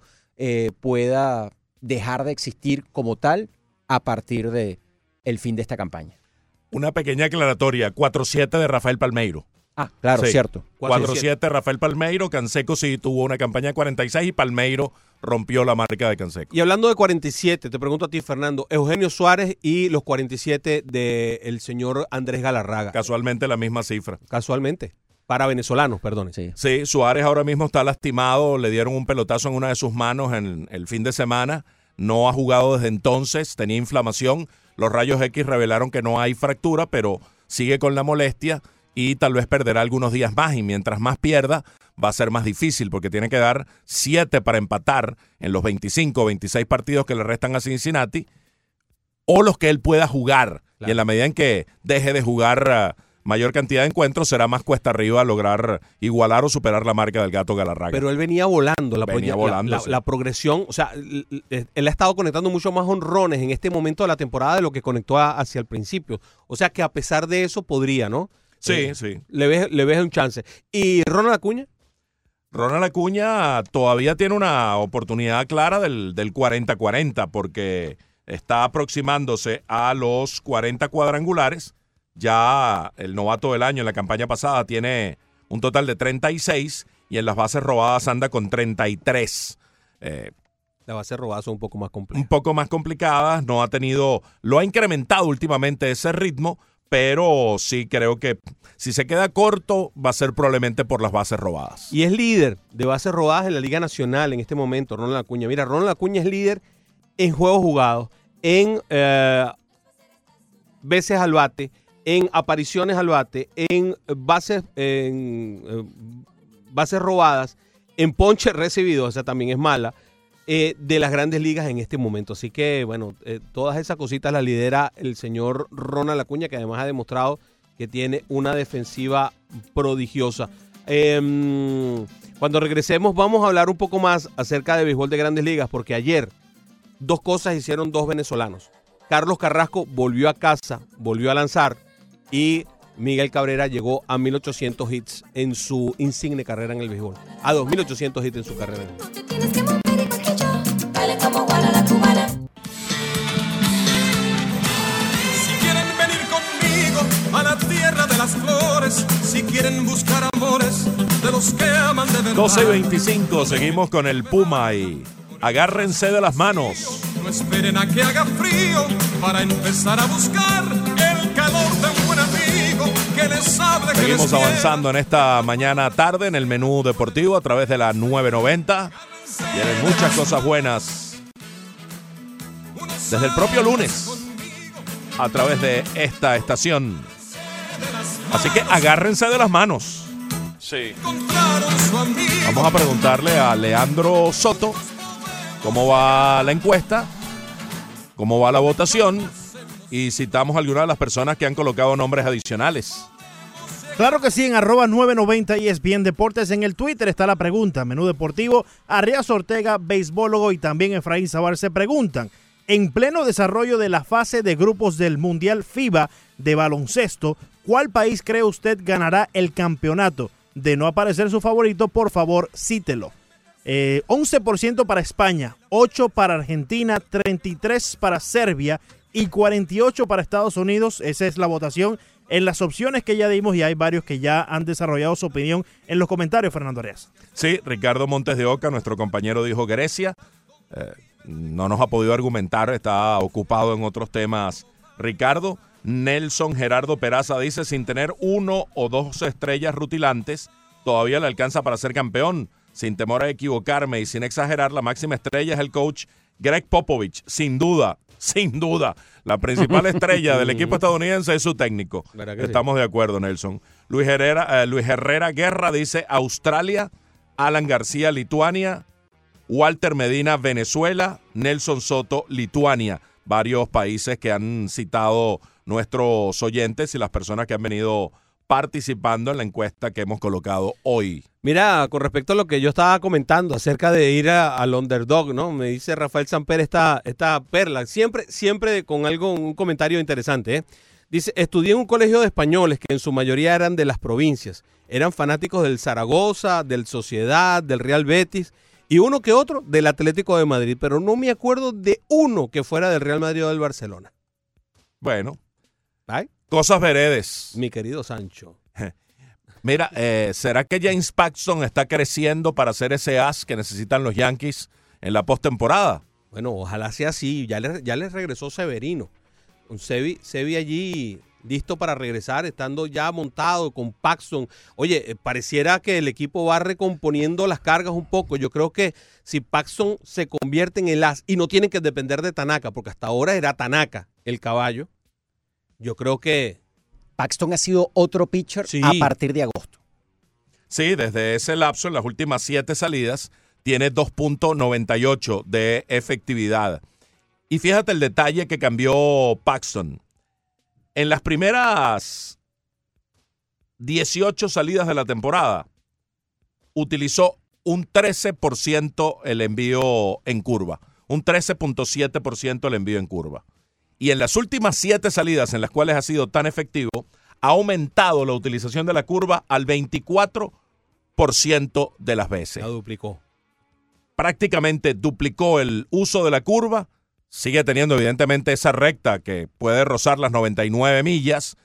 pueda dejar de existir como tal a partir de el fin de esta campaña. Una pequeña aclaratoria, 4-7 de Rafael Palmeiro. Ah, claro, sí, cierto. 4-7 Rafael Palmeiro, Canseco sí tuvo una campaña de 46 y Palmeiro rompió la marca de Canseco. Y hablando de 47, te pregunto a ti, Fernando, Eugenio Suárez y los 47 del señor Andrés Galarraga. Casualmente la misma cifra. Casualmente. Para venezolanos, perdón. Sí, Suárez ahora mismo está lastimado, le dieron un pelotazo en una de sus manos en el fin de semana, no ha jugado desde entonces, tenía inflamación, los rayos X revelaron que no hay fractura, pero sigue con la molestia y tal vez perderá algunos días más y mientras más pierda va a ser más difícil porque tiene que dar 7 para empatar en los 25 o 26 partidos que le restan a Cincinnati o los que él pueda jugar. Claro. Y en la medida en que deje de jugar mayor cantidad de encuentros, será más cuesta arriba lograr igualar o superar la marca del Gato Galarraga. Pero él venía volando. Sí. La progresión, o sea, él ha estado conectando mucho más honrones en este momento de la temporada de lo que conectó hacia el principio. O sea que a pesar de eso podría, ¿no? Sí. Le ves un chance. ¿Y Ronald Acuña? Ronald Acuña todavía tiene una oportunidad clara del 40-40 porque está aproximándose a los 40 cuadrangulares. Ya el novato del año en la campaña pasada tiene un total de 36 y en las bases robadas anda con 33. Las bases robadas son un poco más complicadas. Un poco más complicadas, lo ha incrementado últimamente ese ritmo, pero sí creo que si se queda corto va a ser probablemente por las bases robadas. Y es líder de bases robadas en la Liga Nacional en este momento, Ronald Acuña. Mira, Ronald Acuña es líder en juegos jugados, en veces al bate, en apariciones al bate, en bases robadas, en ponche recibido, o sea, también es mala, de las Grandes Ligas en este momento. Así que, bueno, todas esas cositas las lidera el señor Ronald Acuña, que además ha demostrado que tiene una defensiva prodigiosa. Cuando regresemos vamos a hablar un poco más acerca de béisbol de Grandes Ligas, porque ayer 2 cosas hicieron 2 venezolanos. Carlos Carrasco volvió a casa, volvió a lanzar, y Miguel Cabrera llegó a 1,800 hits en su insigne carrera en el béisbol. A 2,800 hits en su carrera en el béisbol. Tienes que mover igual que yo, dale como Guala la cubana. Si quieren venir conmigo a la tierra de las flores, si quieren buscar amores de los que aman de verdad. 12:25, seguimos con el Puma y agárrense de las manos. No esperen a que haga frío para empezar a buscar el calor de un buen amigo que les hable, que Seguimos les quiera. avanzando en esta mañana tarde en el menú deportivo a través de la 990. Tienen muchas cosas buenas desde el propio lunes a través de esta estación. Así que agárrense de las manos. Sí. Vamos a preguntarle a Leandro Soto cómo va la encuesta, cómo va la votación y citamos a algunas de las personas que han colocado nombres adicionales. Claro que sí, en @990 ESPN Deportes. En el Twitter está la pregunta. Menú deportivo, Arriaza Ortega, beisbólogo y también Efraín Zabar se preguntan: En pleno desarrollo de la fase de grupos del Mundial FIBA de baloncesto, ¿cuál país cree usted ganará el campeonato? De no aparecer su favorito, por favor, cítelo. 11% para España, 8% para Argentina, 33% para Serbia y 48% para Estados Unidos. Esa es la votación en las opciones que ya dimos y hay varios que ya han desarrollado su opinión en los comentarios, Fernando Arias. Sí, Ricardo Montes de Oca, nuestro compañero, dijo Grecia. No nos ha podido argumentar, está ocupado en otros temas. Ricardo. Nelson Gerardo Peraza dice, sin tener 1 o 2 estrellas rutilantes, todavía le alcanza para ser campeón. Sin temor a equivocarme y sin exagerar, la máxima estrella es el coach Greg Popovich. Sin duda, la principal estrella del equipo estadounidense es su técnico. Estamos de acuerdo, Nelson. Luis Herrera Guerra dice Australia, Alan García Lituania, Walter Medina Venezuela, Nelson Soto Lituania. Varios países que han citado nuestros oyentes y las personas que han venido participando en la encuesta que hemos colocado hoy. Mira, con respecto a lo que yo estaba comentando acerca de ir al underdog, ¿no? Me dice Rafael Samper esta perla, siempre con un comentario interesante, ¿eh? Dice, estudié en un colegio de españoles que en su mayoría eran de las provincias. Eran fanáticos del Zaragoza, del Sociedad, del Real Betis y uno que otro del Atlético de Madrid, pero no me acuerdo de uno que fuera del Real Madrid o del Barcelona. Bueno, ¿ay? Cosas veredes. Mi querido Sancho. Mira, ¿será que James Paxton está creciendo para ser ese as que necesitan los Yankees en la postemporada? Bueno, ojalá sea así. Ya les regresó Severino. Un Sevi allí listo para regresar, estando ya montado con Paxton. Oye, pareciera que el equipo va recomponiendo las cargas un poco. Yo creo que si Paxton se convierte en el as y no tienen que depender de Tanaka, porque hasta ahora era Tanaka el caballo, yo creo que Paxton ha sido otro pitcher a partir de agosto. Sí, desde ese lapso, en las últimas 7 salidas, tiene 2.98 de efectividad. Y fíjate el detalle que cambió Paxton. En las primeras 18 salidas de la temporada, utilizó un 13% el envío en curva, un 13.7% el envío en curva. Y en las últimas 7 salidas en las cuales ha sido tan efectivo, ha aumentado la utilización de la curva al 24% de las veces. La duplicó. Prácticamente duplicó el uso de la curva. Sigue teniendo evidentemente esa recta que puede rozar las 99 millas.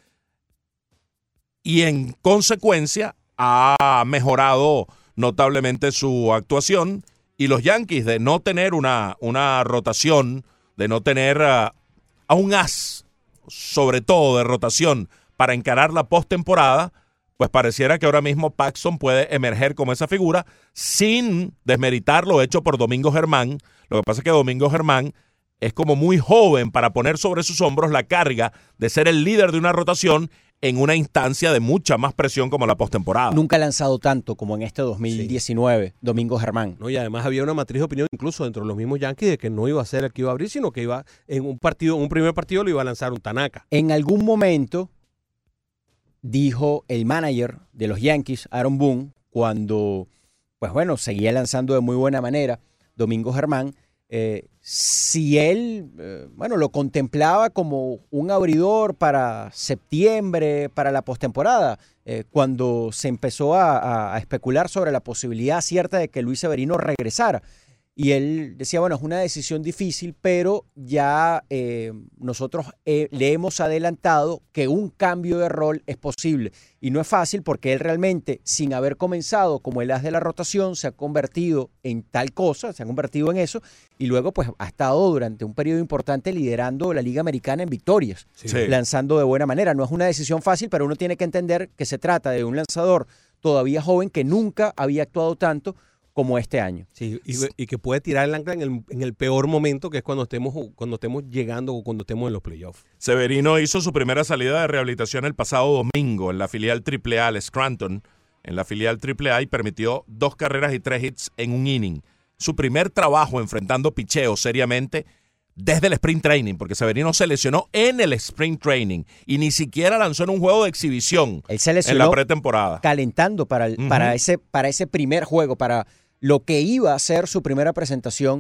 Y en consecuencia ha mejorado notablemente su actuación. Y los Yankees, de no tener una rotación, de no tener a un as, sobre todo de rotación, para encarar la postemporada, pues pareciera que ahora mismo Paxton puede emerger como esa figura sin desmeritar lo hecho por Domingo Germán. Lo que pasa es que Domingo Germán es como muy joven para poner sobre sus hombros la carga de ser el líder de una rotación en una instancia de mucha más presión como la postemporada. Nunca ha lanzado tanto como en este 2019, Domingo Germán. No, y además había una matriz de opinión incluso dentro de los mismos Yankees de que no iba a ser el que iba a abrir, sino que iba en un primer partido lo iba a lanzar un Tanaka. En algún momento dijo el manager de los Yankees, Aaron Boone, cuando, pues bueno, seguía lanzando de muy buena manera Domingo Germán, si él, lo contemplaba como un abridor para septiembre, para la postemporada, cuando se empezó a especular sobre la posibilidad cierta de que Luis Severino regresara. Y él decía, bueno, es una decisión difícil, pero ya nosotros le hemos adelantado que un cambio de rol es posible. Y no es fácil porque él realmente, sin haber comenzado como el as de la rotación, se ha convertido en tal cosa, se ha convertido en eso, y luego pues ha estado durante un periodo importante liderando la Liga Americana en victorias, lanzando de buena manera. No es una decisión fácil, pero uno tiene que entender que se trata de un lanzador todavía joven que nunca había actuado tanto como este año. Sí, y que puede tirar el ancla en el peor momento, que es cuando estemos llegando o cuando estemos en los playoffs. Severino hizo su primera salida de rehabilitación el pasado domingo en la filial AAA, el Scranton, en la filial AAA, y permitió 2 carreras y 3 hits en un inning. Su primer trabajo enfrentando picheo seriamente desde el sprint training, porque Severino se lesionó en el sprint training y ni siquiera lanzó en un juego de exhibición. Él se lesionó en la pretemporada, calentando para ese primer juego, para lo que iba a ser su primera presentación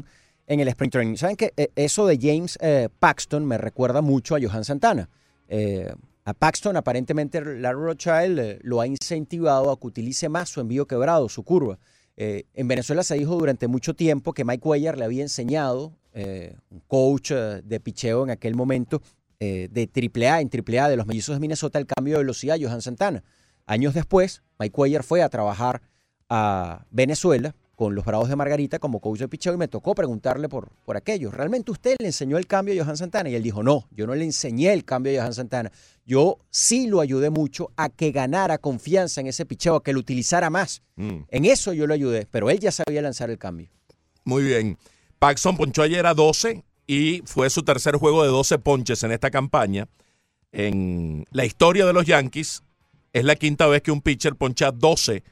en el sprint training. ¿Saben qué? Eso de James Paxton me recuerda mucho a Johan Santana. A Paxton aparentemente Larry Rothschild lo ha incentivado a que utilice más su envío quebrado, su curva. En Venezuela se dijo durante mucho tiempo que Mike Cuellar le había enseñado, un coach de picheo en aquel momento, de AAA, en AAA de los Mellizos de Minnesota, el cambio de velocidad a Johan Santana. Años después, Mike Cuellar fue a trabajar a Venezuela con los Bravos de Margarita como coach de picheo y me tocó preguntarle por aquello. ¿Realmente usted le enseñó el cambio a Johan Santana? Y él dijo, no, yo no le enseñé el cambio a Johan Santana. Yo sí lo ayudé mucho a que ganara confianza en ese picheo, a que lo utilizara más. En eso yo lo ayudé, pero él ya sabía lanzar el cambio. Muy bien. Paxton ponchó ayer a 12 y fue su tercer juego de 12 ponches en esta campaña. En la historia de los Yankees, es la quinta vez que un pitcher poncha 12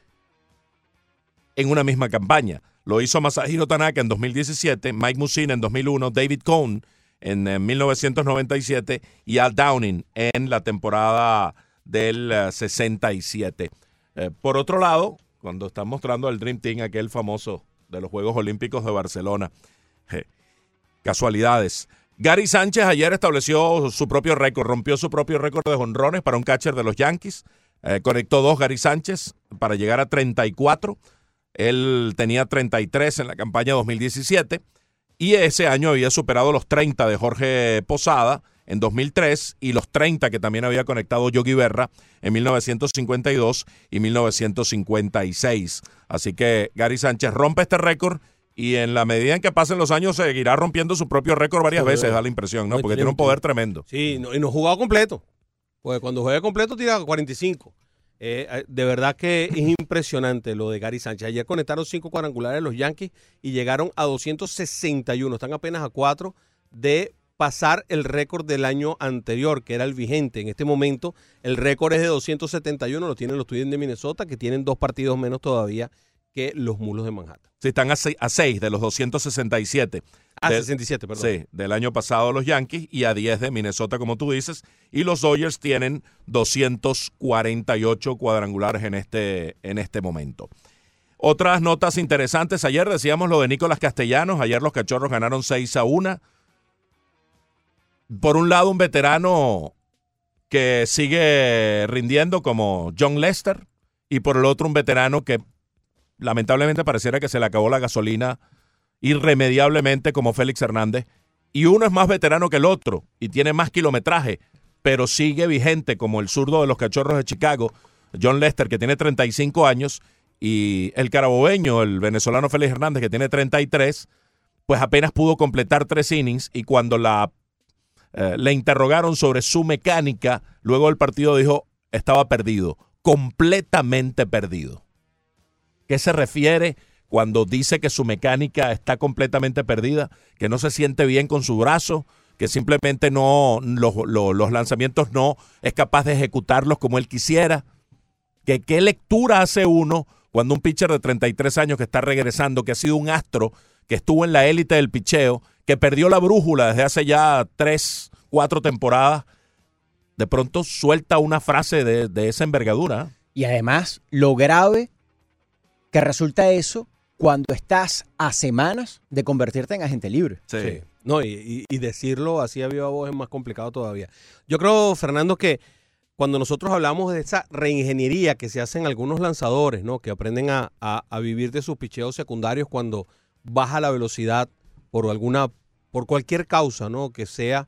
en una misma campaña. Lo hizo Masahiro Tanaka en 2017, Mike Mussina en 2001, David Cone en 1997 y Al Downing en la temporada del 67. Por otro lado, cuando están mostrando el Dream Team, aquel famoso de los Juegos Olímpicos de Barcelona, casualidades. Gary Sánchez ayer estableció su propio récord, rompió su propio récord de jonrones para un catcher de los Yankees. Conectó 2 Gary Sánchez para llegar a 34. Él tenía 33 en la campaña 2017 y ese año había superado los 30 de Jorge Posada en 2003 y los 30 que también había conectado Yogi Berra en 1952 y 1956. Así que Gary Sánchez rompe este récord y en la medida en que pasen los años seguirá rompiendo su propio récord varias veces, da la impresión, ¿no? Porque tiene un poder tremendo. Sí, y no ha jugado completo. Pues cuando juegue completo tira 45. De verdad que es impresionante lo de Gary Sánchez. Ayer conectaron 5 cuadrangulares los Yankees y llegaron a 261. Están apenas a 4 de pasar el récord del año anterior, que era el vigente. En este momento el récord es de 271, lo tienen los Twins de Minnesota, que tienen 2 partidos menos todavía que los Mulos de Manhattan. Sí, están a 6 de los 267. 67, perdón. Sí, del año pasado los Yankees y a 10 de Minnesota, como tú dices. Y los Dodgers tienen 248 cuadrangulares en este momento. Otras notas interesantes. Ayer decíamos lo de Nicolás Castellanos. Ayer los Cachorros ganaron 6-1. Por un lado, un veterano que sigue rindiendo como John Lester. Y por el otro, un veterano que lamentablemente pareciera que se le acabó la gasolina irremediablemente como Félix Hernández, y uno es más veterano que el otro y tiene más kilometraje, pero sigue vigente como el zurdo de los Cachorros de Chicago, John Lester, que tiene 35 años, y el carabobeño, el venezolano Félix Hernández, que tiene 33, pues apenas pudo completar 3 innings, y cuando le interrogaron sobre su mecánica, luego del partido dijo, estaba perdido, completamente perdido. ¿Qué se refiere cuando dice que su mecánica está completamente perdida, que no se siente bien con su brazo, que simplemente los lanzamientos no es capaz de ejecutarlos como él quisiera? ¿Qué lectura hace uno cuando un pitcher de 33 años que está regresando, que ha sido un astro, que estuvo en la élite del picheo, que perdió la brújula desde hace ya 3, 4 temporadas, de pronto suelta una frase de esa envergadura? Y además, lo grave que resulta eso cuando estás a semanas de convertirte en agente libre. Sí. No, y decirlo así a viva voz es más complicado todavía. Yo creo, Fernando, que cuando nosotros hablamos de esa reingeniería que se hacen algunos lanzadores, ¿no? Que aprenden a vivir de sus picheos secundarios cuando baja la velocidad por cualquier causa, ¿no? Que sea,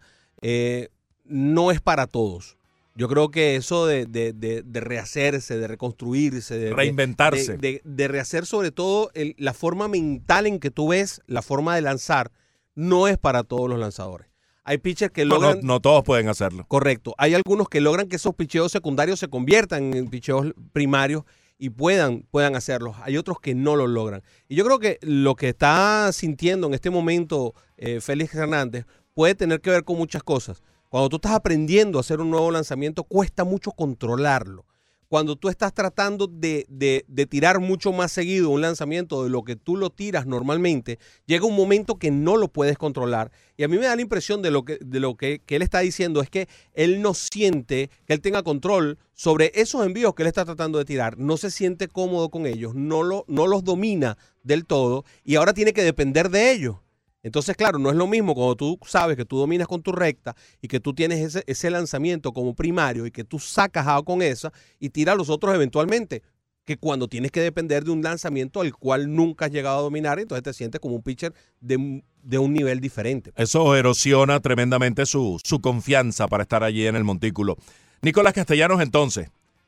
no es para todos. Yo creo que eso de rehacerse, de reconstruirse, de reinventarse, de rehacer sobre todo la forma mental en que tú ves la forma de lanzar, no es para todos los lanzadores. Hay pitchers que logran... No todos pueden hacerlo. Correcto. Hay algunos que logran que esos picheos secundarios se conviertan en picheos primarios y puedan hacerlos. Hay otros que no lo logran. Y yo creo que lo que está sintiendo en este momento Félix Hernández puede tener que ver con muchas cosas. Cuando tú estás aprendiendo a hacer un nuevo lanzamiento, cuesta mucho controlarlo. Cuando tú estás tratando de tirar mucho más seguido un lanzamiento de lo que tú lo tiras normalmente, llega un momento que no lo puedes controlar. Y a mí me da la impresión de lo que él está diciendo es que él no siente que él tenga control sobre esos envíos que él está tratando de tirar. No se siente cómodo con ellos, no los domina del todo y ahora tiene que depender de ellos. Entonces, claro, no es lo mismo cuando tú sabes que tú dominas con tu recta y que tú tienes ese lanzamiento como primario y que tú sacas out con esa y tiras a los otros eventualmente, que cuando tienes que depender de un lanzamiento al cual nunca has llegado a dominar, entonces te sientes como un pitcher de un nivel diferente. Eso erosiona tremendamente su confianza para estar allí en el montículo. Nicolás Castellanos, entonces,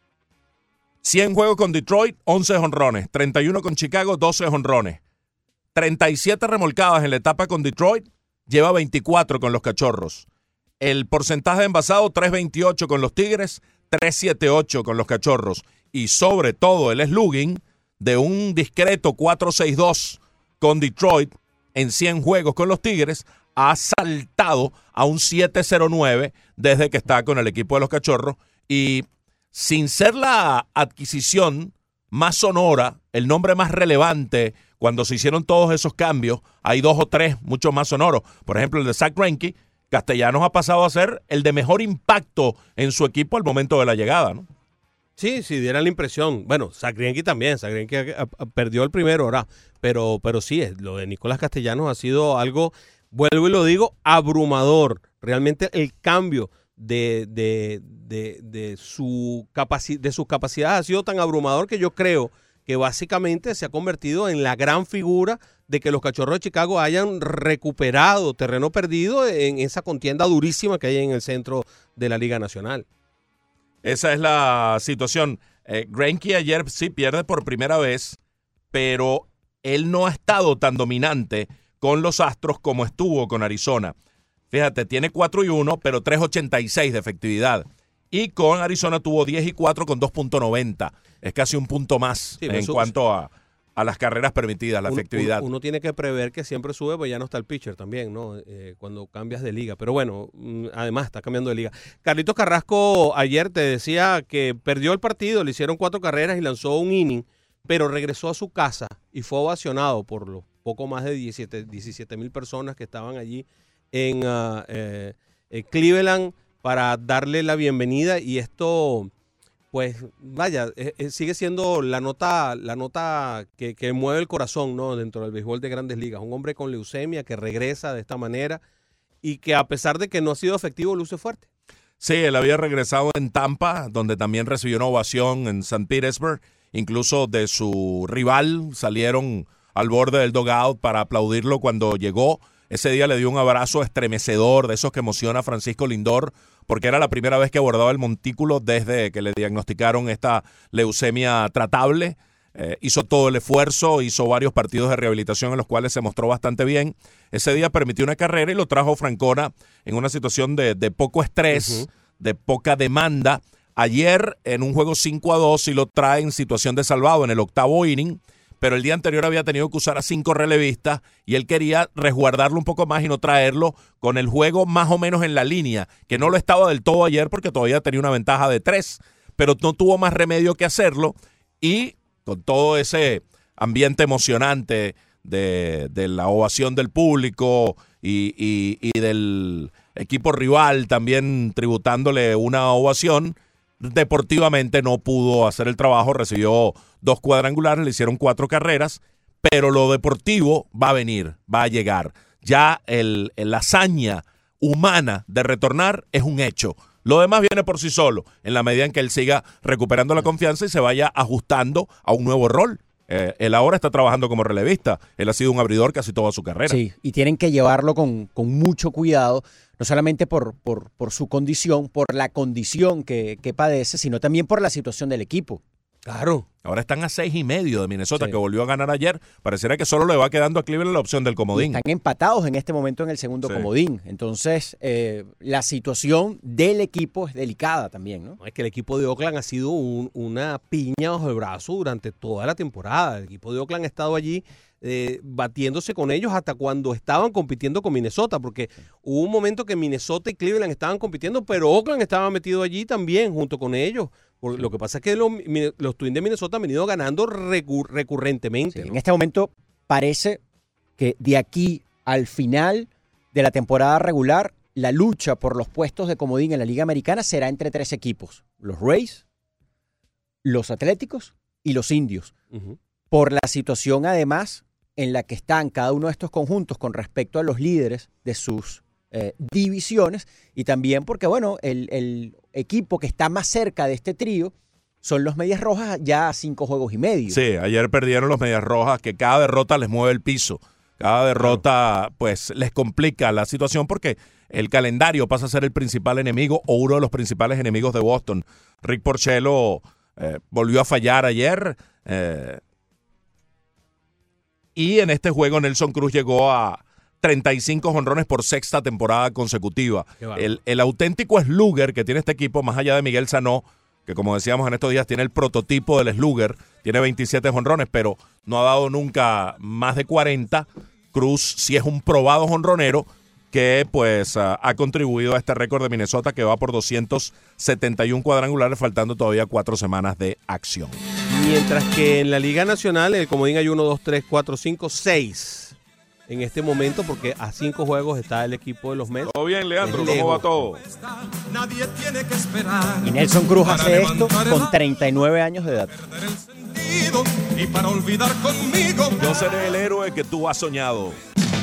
100 juegos con Detroit, 11 jonrones, 31 con Chicago, 12 jonrones, 37 remolcadas en la etapa con Detroit, lleva 24 con los Cachorros. El porcentaje de envasado, 3.28 con los Tigres, 3.78 con los Cachorros. Y sobre todo el slugging de un discreto 4.62 con Detroit en 100 juegos con los Tigres, ha saltado a un 7.09 desde que está con el equipo de los Cachorros. Y sin ser la adquisición más sonora, el nombre más relevante cuando se hicieron todos esos cambios, hay 2 o 3 mucho más sonoros. Por ejemplo, el de Zack Greinke, Castellanos ha pasado a ser el de mejor impacto en su equipo al momento de la llegada, ¿no? Sí, diera la impresión. Bueno, Zack Greinke también. Zack Greinke perdió el primero ahora. Pero sí, lo de Nicolás Castellanos ha sido algo, vuelvo y lo digo, abrumador. Realmente el cambio de sus capacidades ha sido tan abrumador que yo creo que básicamente se ha convertido en la gran figura de que los Cachorros de Chicago hayan recuperado terreno perdido en esa contienda durísima que hay en el centro de la Liga Nacional. Esa es la situación. Greinke ayer sí pierde por primera vez, pero él no ha estado tan dominante con los Astros como estuvo con Arizona. Fíjate, tiene 4-1, pero 3.86 de efectividad. Y con Arizona tuvo 10-4 con 2.90. Es casi un punto más en cuanto a las carreras permitidas, la efectividad. Uno tiene que prever que siempre sube, pues ya no está el pitcher también, ¿no? Cuando cambias de liga. Pero bueno, además está cambiando de liga. Carlitos Carrasco ayer te decía que perdió el partido, le hicieron 4 carreras y lanzó un inning, pero regresó a su casa y fue ovacionado por los poco más de 17,000 personas que estaban allí en Cleveland para darle la bienvenida, y esto, pues vaya, sigue siendo la nota que mueve el corazón, ¿no? Dentro del béisbol de Grandes Ligas. Un hombre con leucemia que regresa de esta manera y que, a pesar de que no ha sido efectivo, luce fuerte. Sí, él había regresado en Tampa, donde también recibió una ovación en St. Petersburg. Incluso de su rival salieron al borde del dugout para aplaudirlo cuando llegó. Ese día le dio un abrazo estremecedor, de esos que emociona a Francisco Lindor, porque era la primera vez que abordaba el montículo desde que le diagnosticaron esta leucemia tratable. Hizo todo el esfuerzo, hizo varios partidos de rehabilitación en los cuales se mostró bastante bien. Ese día permitió una carrera y lo trajo Francona en una situación de poco estrés, de poca demanda. Ayer, en un juego 5-2, sí lo trae en situación de salvado en el 8º inning, pero el día anterior había tenido que usar a 5 relevistas y él quería resguardarlo un poco más y no traerlo con el juego más o menos en la línea, que no lo estaba del todo ayer porque todavía tenía una ventaja de 3, pero no tuvo más remedio que hacerlo, y con todo ese ambiente emocionante de la ovación del público y del equipo rival también tributándole una ovación, deportivamente no pudo hacer el trabajo. Recibió 2 cuadrangulares, le hicieron 4 carreras, pero lo deportivo va a venir, va a llegar. Ya la hazaña humana de retornar es un hecho. Lo demás viene por sí solo, en la medida en que él siga recuperando la confianza y se vaya ajustando a un nuevo rol. Él ahora está trabajando como relevista. Él ha sido un abridor casi toda su carrera. Sí, y tienen que llevarlo con mucho cuidado, no solamente por su condición, por la condición que padece, sino también por la situación del equipo. Claro. Ahora están a 6.5 de Minnesota, que volvió a ganar ayer. Pareciera que solo le va quedando a Cleveland la opción del comodín. Y están empatados en este momento en el segundo comodín. Entonces, la situación del equipo es delicada también, ¿no? Es que el equipo de Oakland ha sido una piña bajo el brazo durante toda la temporada. El equipo de Oakland ha estado allí batiéndose con ellos hasta cuando estaban compitiendo con Minnesota, porque hubo un momento que Minnesota y Cleveland estaban compitiendo, pero Oakland estaba metido allí también junto con ellos. Lo que pasa es que los Twins de Minnesota han venido ganando recurrentemente. Sí, ¿no? En este momento parece que de aquí al final de la temporada regular, la lucha por los puestos de comodín en la Liga Americana será entre 3 equipos: los Rays, los Atléticos y los Indios. Por la situación, además, en la que están cada uno de estos conjuntos con respecto a los líderes de sus divisiones, y también porque, bueno, el equipo que está más cerca de este trío son los Medias Rojas, ya a 5 juegos y medio. Sí, ayer perdieron los Medias Rojas, que cada derrota les mueve el piso. Cada derrota, pues, les complica la situación porque el calendario pasa a ser el principal enemigo o uno de los principales enemigos de Boston. Rick Porcello volvió a fallar ayer y en este juego Nelson Cruz llegó a 35 jonrones por 6ª temporada consecutiva. El auténtico slugger que tiene este equipo, más allá de Miguel Sanó, que como decíamos en estos días tiene el prototipo del slugger, tiene 27 jonrones, pero no ha dado nunca más de 40. Cruz sí es un probado jonronero que pues ha contribuido a este récord de Minnesota, que va por 271 cuadrangulares, faltando todavía 4 semanas de acción. Mientras que en la Liga Nacional el comodín hay 1, 2, 3, 4, 5, 6 en este momento, porque a 5 juegos está el equipo de los Mets. ¿Todo bien, Leandro? ¿Cómo va todo? Nadie tiene que esperar. Y Nelson Cruz hace esto con 39 años de edad. Y para olvidar conmigo, yo seré el héroe que tú has soñado.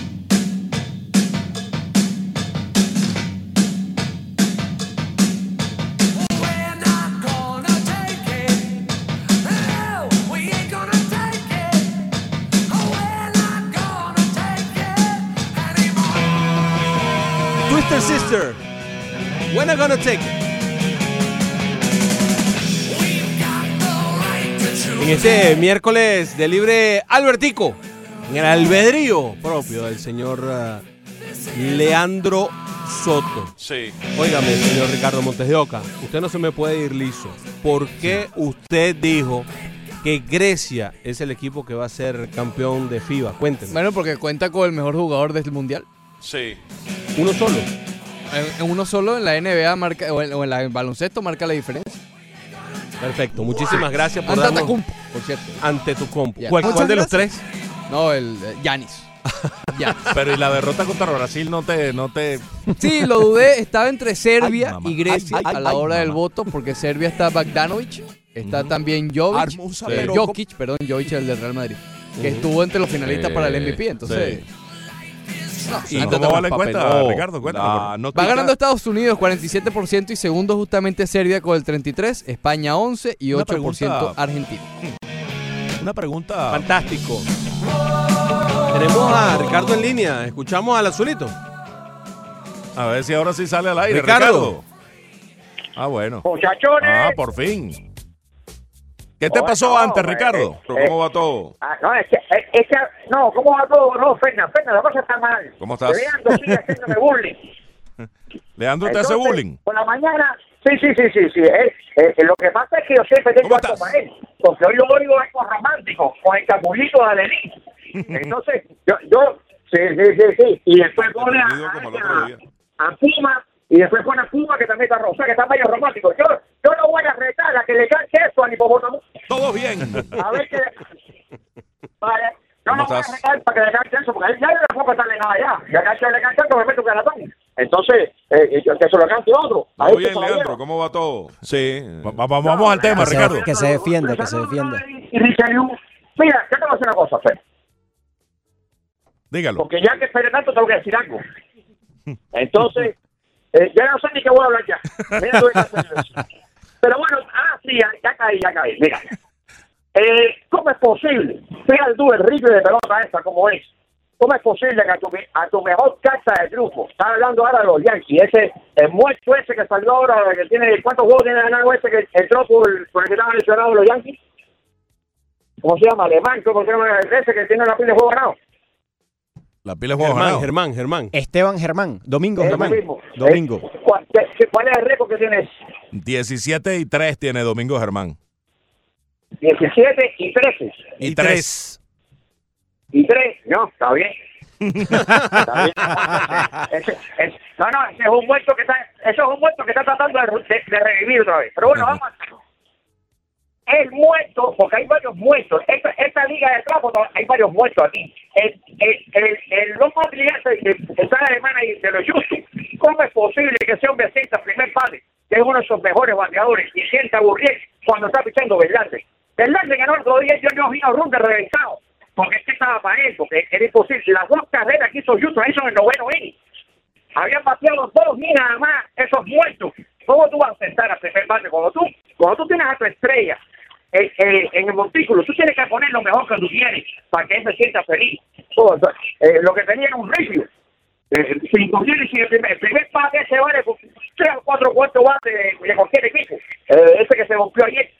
Twister Sister, when I gonna take it. En este miércoles de libre Albertico, en el albedrío propio del señor Leandro Soto. Sí. Óigame, señor Ricardo Montes de Oca, usted no se me puede ir liso. ¿Por qué usted dijo que Grecia es el equipo que va a ser campeón de FIBA? Cuénteme. Bueno, porque cuenta con el mejor jugador del mundial. Sí. ¿Uno solo? En uno solo, en la NBA marca, o en el baloncesto marca la diferencia. Perfecto, muchísimas gracias por darnos... Antetokounmpo, por cierto. Antetokounmpo. Ya. ¿Cuál de los tres? No, el Giannis. Pero ¿y la derrota contra Brasil no te... Sí, lo dudé. Estaba entre Serbia y Grecia a la hora del voto, porque Serbia está Bogdanovic, está también Jovic, Jokic, Jovic, el del Real Madrid, que estuvo entre los finalistas para el MVP. Entonces... No, ¿Y cómo va la encuesta, Ricardo? Cuéntame. Va ganando Estados Unidos 47% y segundo justamente Serbia con el 33%, España 11% y 8% Argentina. Una pregunta. Fantástico. Tenemos a Ricardo en línea. Escuchamos al azulito. A ver si ahora sí sale al aire, Ricardo. Ah, bueno. Muchachones. Ah, por fin. ¿Qué te pasó antes, Ricardo? ¿Cómo va todo? No, ¿cómo va todo? No, Fernan, la cosa está mal. ¿Cómo estás? Leandro sigue haciéndome bullying. ¿Leandro te hace bullying? Por la mañana, sí. Lo que pasa es que yo siempre tengo algo para él. Porque hoy lo oigo algo romántico, con el capulito de Adelín. Entonces, sí. Y después pone a Puma. Y después pone a Puma, que también está rosa, que está medio romántico. Yo no voy a retar a que le canche eso al hipopótamo. Todo bien. A ver qué... Vale. Yo no voy a retar para que le canche eso, porque ya no le puedo cantarle nada ya. Ya canche le canche, me meto un caratón. Entonces, que se lo cante otro. Todo bien, Leandro, ¿cómo va todo? Sí. Vamos al tema, Ricardo. Que se defienda. Y Richelieu, mira, yo te voy a decir una cosa, Fer. Dígalo. Porque ya que esperé tanto, tengo que decir algo. Entonces... ya no sé ni qué voy a hablar ya. Pero bueno, sí, ya caí. Mira, ¿cómo es posible? Fíjate tú el rifle de pelota esta, como es. ¿Cómo es posible que a tu mejor carta de truco, estás hablando ahora de los Yankees, el muerto ese que salió ahora, que tiene, ¿cuántos juegos tiene ganado ese que entró por el que estaban lesionados los Yankees? ¿Cómo se llama? Alemán, ¿cómo se llama ese que tiene una pila de juego ganado? La pila de juego ganado. Germán. Esteban Germán. Domingo Germán. Domingo. ¿Cuál es el récord que tienes? 17-3 tiene Domingo Germán. 17 y 13. Y 3. Y 3, no, está bien. Está bien. Ese es un muerto que está tratando de revivir otra vez. Pero bueno, vamos a hacerlo. El muerto, porque hay varios muertos. Esta liga de trapo, hay varios muertos aquí. El loco brillante que está en Alemania y de los Justus, ¿cómo es posible que sea un Beceta primer padre, que es uno de sus mejores bateadores, y sienta Burriel cuando está pichando Verlander? Verlander ganó el otro día, yo no vino Runde reventado. porque es que estaba para él, porque era imposible. Las 2 carreras que hizo Houston, hizo en el 9º inning. Habían bateado los 2 y nada más, esos muertos. ¿Cómo tú vas a sentar a primer bate? Cuando tú tienes a tu estrella en el montículo, tú tienes que poner lo mejor que tú tienes para que él se sienta feliz. Lo que tenía era un rifle. Si el primer bate se vale con 3 o 4 cuartos bates de cualquier equipo. Ese que se golpeó ayer.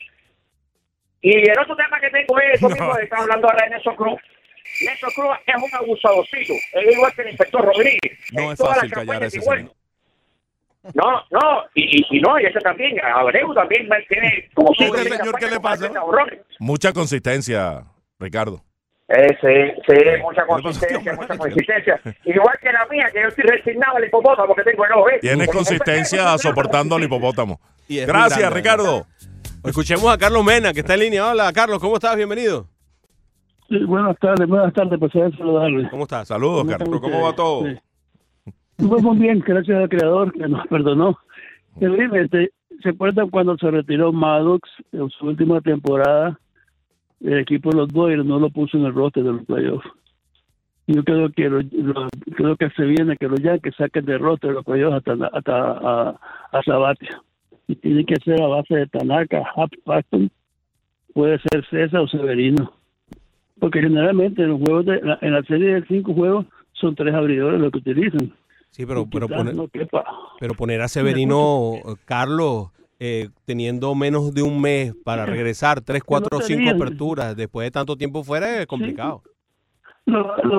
Y el otro tema que tengo es, mismo que está hablando ahora de Nelson Cruz. Nelson Cruz es un abusadorcito. Es igual que el inspector Rodríguez. No es fácil callar ese señor. No, y ese también, Abreu también tiene como ¿Este señor qué le pasa? Mucha consistencia, Ricardo. Sí, mucha consistencia. Igual que la mía, que yo estoy resignado al hipopótamo porque tengo el ojo. Tienes consistencia soportando al hipopótamo. Gracias, Ricardo. Escuchemos a Carlos Mena, que está en línea. Hola, Carlos, ¿cómo estás? Bienvenido. Sí, buenas tardes, pues saludarle. ¿Cómo estás? Saludos, Carlos. ¿Cómo va todo? Sí. Pues muy bien, gracias al Creador que nos perdonó. Pero dime, ¿se acuerdan cuando se retiró Maddox en su última temporada? El equipo de los Dodgers no lo puso en el roster de los playoffs. Yo creo que se viene que los Yankees saquen de roster de los playoffs hasta a Sabathia. Y tiene que ser a base de Tanaka, Paxton, puede ser César o Severino. Porque generalmente en los juegos en la serie de 5 juegos son 3 abridores los que utilizan. Sí, pero poner a Severino, Carlos, teniendo menos de un mes para regresar, 3, 4, 5 aperturas, después de tanto tiempo fuera, es complicado. Sí,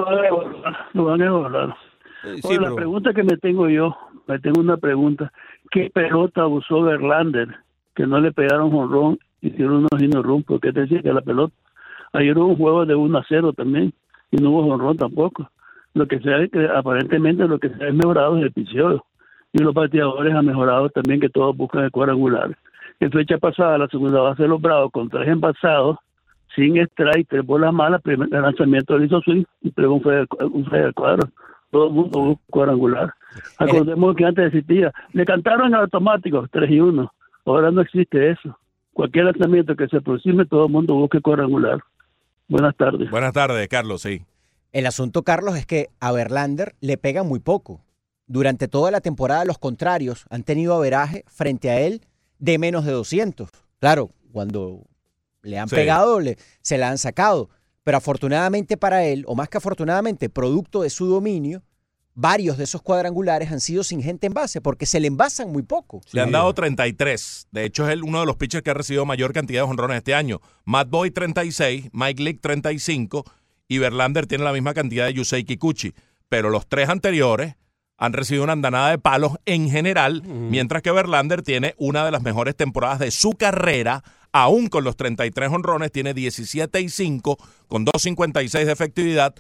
lo van a evaluar. Sí, La pregunta que me tengo una pregunta. ¿Qué pelota usó Verlander? Que no le pegaron jonrón, hicieron unos hino-run, porque te decía que la pelota. Ayer hubo un juego de 1-0 también, y no hubo jonrón tampoco. Lo que sea es que aparentemente lo que se ha mejorado es el picheo. Y los bateadores han mejorado también, que todos buscan el cuadrangular. En fecha pasada, la segunda base de los Bravos, con 3 envasados, sin strike, 3 bolas malas, el lanzamiento lo hizo swing, y pegó un fue del cuadro. Todo el mundo busca cuadrangular. Acordemos que antes existía. Le cantaron en automático, 3-1. Ahora no existe eso. Cualquier lanzamiento que se aproxime, todo el mundo busca cuadrangular. Buenas tardes. Buenas tardes, Carlos, sí. El asunto, Carlos, es que a Verlander le pega muy poco. Durante toda la temporada los contrarios han tenido averaje frente a él de menos de 200. Claro, cuando le han pegado, se la han sacado. Pero afortunadamente para él, o más que afortunadamente, producto de su dominio, varios de esos cuadrangulares han sido sin gente en base, porque se le envasan muy poco. Le han dado 33. De hecho, es uno de los pitchers que ha recibido mayor cantidad de jonrones este año. Matt Boyd, 36, Mike Leake, 35, y Verlander tiene la misma cantidad de Yusei Kikuchi. Pero los 3 anteriores han recibido una andanada de palos en general, mientras que Verlander tiene una de las mejores temporadas de su carrera. Aún con los 33 jonrones, tiene 17-5 con 2.56 de efectividad,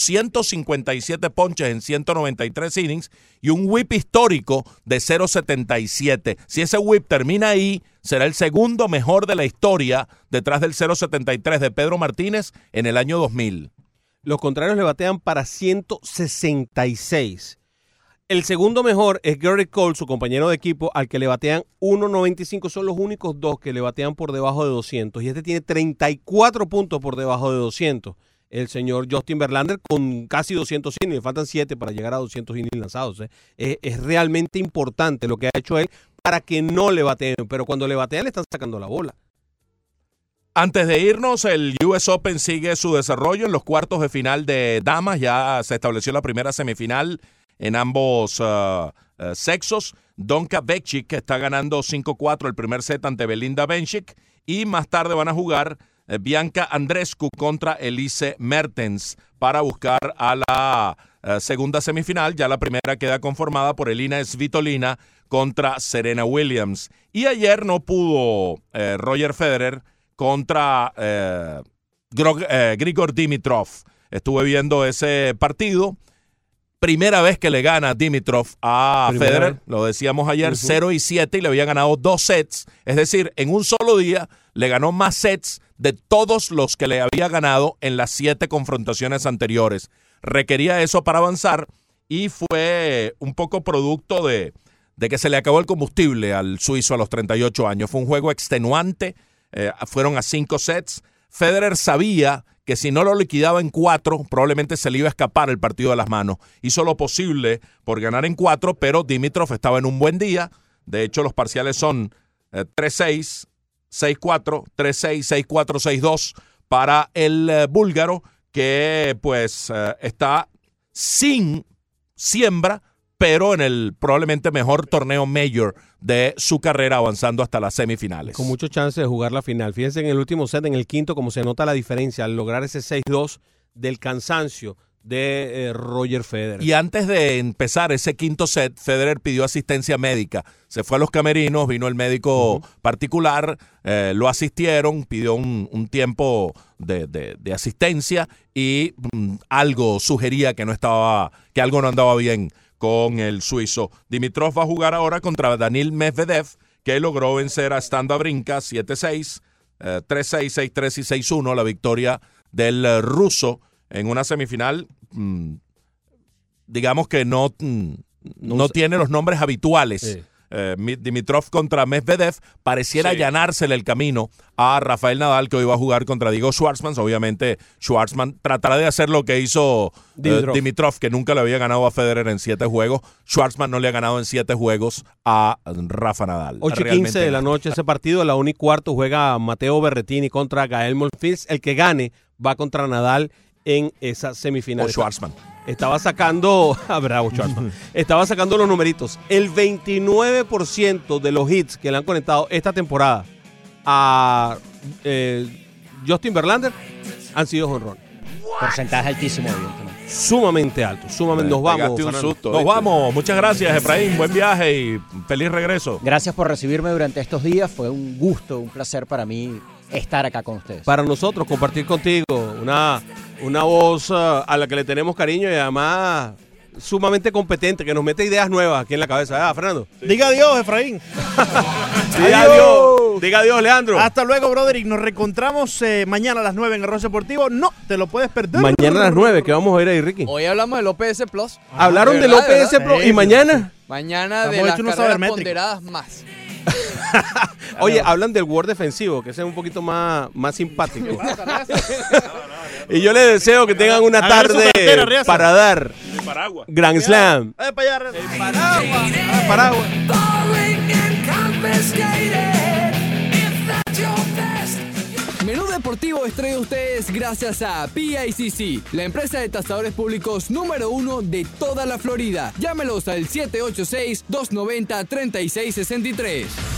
257 ponches en 193 innings y un whip histórico de 0.77. Si ese whip termina ahí, será el segundo mejor de la historia, detrás del 0.73 de Pedro Martínez en el año 2000. Los contrarios le batean para 166. El segundo mejor es Gerrit Cole, su compañero de equipo, al que le batean 1.95. Son los únicos 2 que le batean por debajo de 200. Y este tiene 34 puntos por debajo de 200. El señor Justin Verlander con casi 200 innings. Le faltan 7 para llegar a 200 innings lanzados. Es realmente importante lo que ha hecho él para que no le bateen. Pero cuando le batean le están sacando la bola. Antes de irnos, el US Open sigue su desarrollo en los cuartos de final de damas. Ya se estableció la primera semifinal en ambos sexos. Donka Bečić, que está ganando 5-4 el primer set ante Belinda Bencic, y más tarde van a jugar Bianca Andreescu contra Elise Mertens para buscar a la segunda semifinal. Ya la primera queda conformada por Elina Svitolina contra Serena Williams. Y ayer no pudo Roger Federer contra Grigor Dimitrov. Estuve viendo ese partido. Primera vez que le gana Dimitrov a Federer, lo decíamos ayer, 0-7, y le había ganado 2 sets. Es decir, en un solo día le ganó más sets de todos los que le había ganado en las 7 confrontaciones anteriores. Requería eso para avanzar y fue un poco producto de que se le acabó el combustible al suizo a los 38 años. Fue un juego extenuante, fueron a 5 sets. Federer sabía que si no lo liquidaba en 4, probablemente se le iba a escapar el partido de las manos. Hizo lo posible por ganar en 4, pero Dimitrov estaba en un buen día. De hecho, los parciales son 3-6, 6-4, 3-6, 6-4, 6-2 para el búlgaro, que pues está sin siembra, pero en el probablemente mejor torneo major de su carrera, avanzando hasta las semifinales. Con mucho chance de jugar la final. Fíjense en el último set, en el quinto, como se nota la diferencia al lograr ese 6-2 del cansancio de Roger Federer. Y antes de empezar ese quinto set, Federer pidió asistencia médica. Se fue a los camerinos, vino el médico particular, lo asistieron, pidió un tiempo de asistencia y algo sugería que algo no andaba bien con el suizo. Dimitrov va a jugar ahora contra Daniil Medvedev, que logró vencer a Stan Wawrinka 7-6, 3-6, 6-3 y 6-1, la victoria del ruso en una semifinal, digamos que no tiene los nombres habituales. Sí. Dimitrov contra Medvedev pareciera allanársele el camino a Rafael Nadal, que hoy va a jugar contra Diego Schwartzman. Obviamente Schwartzman tratará de hacer lo que hizo Dimitrov, que nunca le había ganado a Federer en 7 juegos. Schwartzman no le ha ganado en 7 juegos a Rafa Nadal. 8:15 de la noche ese partido. A la 1:15 juega Matteo Berrettini contra Gael Monfils. El que gane va contra Nadal en esa semifinal. O Schwartzman. Estaba sacando estaba sacando los numeritos. El 29% de los hits que le han conectado esta temporada a Justin Verlander han sido jonrón. Porcentaje altísimo, evidentemente. Sumamente alto. Nos vamos. Nos vamos. Muchas gracias, Efraín. Buen viaje y feliz regreso. Gracias por recibirme durante estos días. Fue un gusto, un placer para mí estar acá con ustedes. Para nosotros, compartir contigo una voz a la que le tenemos cariño y además sumamente competente, que nos mete ideas nuevas aquí en la cabeza. Fernando. Sí. Diga adiós, Efraín. Diga adiós, Leandro. Hasta luego, brother. Y nos reencontramos mañana a las 9 en Arroz Deportivo. No te lo puedes perder. Mañana a las 9, ¿qué vamos a ir ahí, Ricky? Hoy hablamos del OPS Plus. Hablaron del OPS Plus. ¿Y mañana? Mañana de las carreras ponderadas más. Oye, hablan del World defensivo, que es un poquito más simpático. Y yo les deseo que tengan una tarde para dar Grand Slam. El paraguas. Menú Deportivo es traído a ustedes gracias a PICC, la empresa de tasadores públicos número 1 de toda la Florida. Llámelos al 786-290-3663.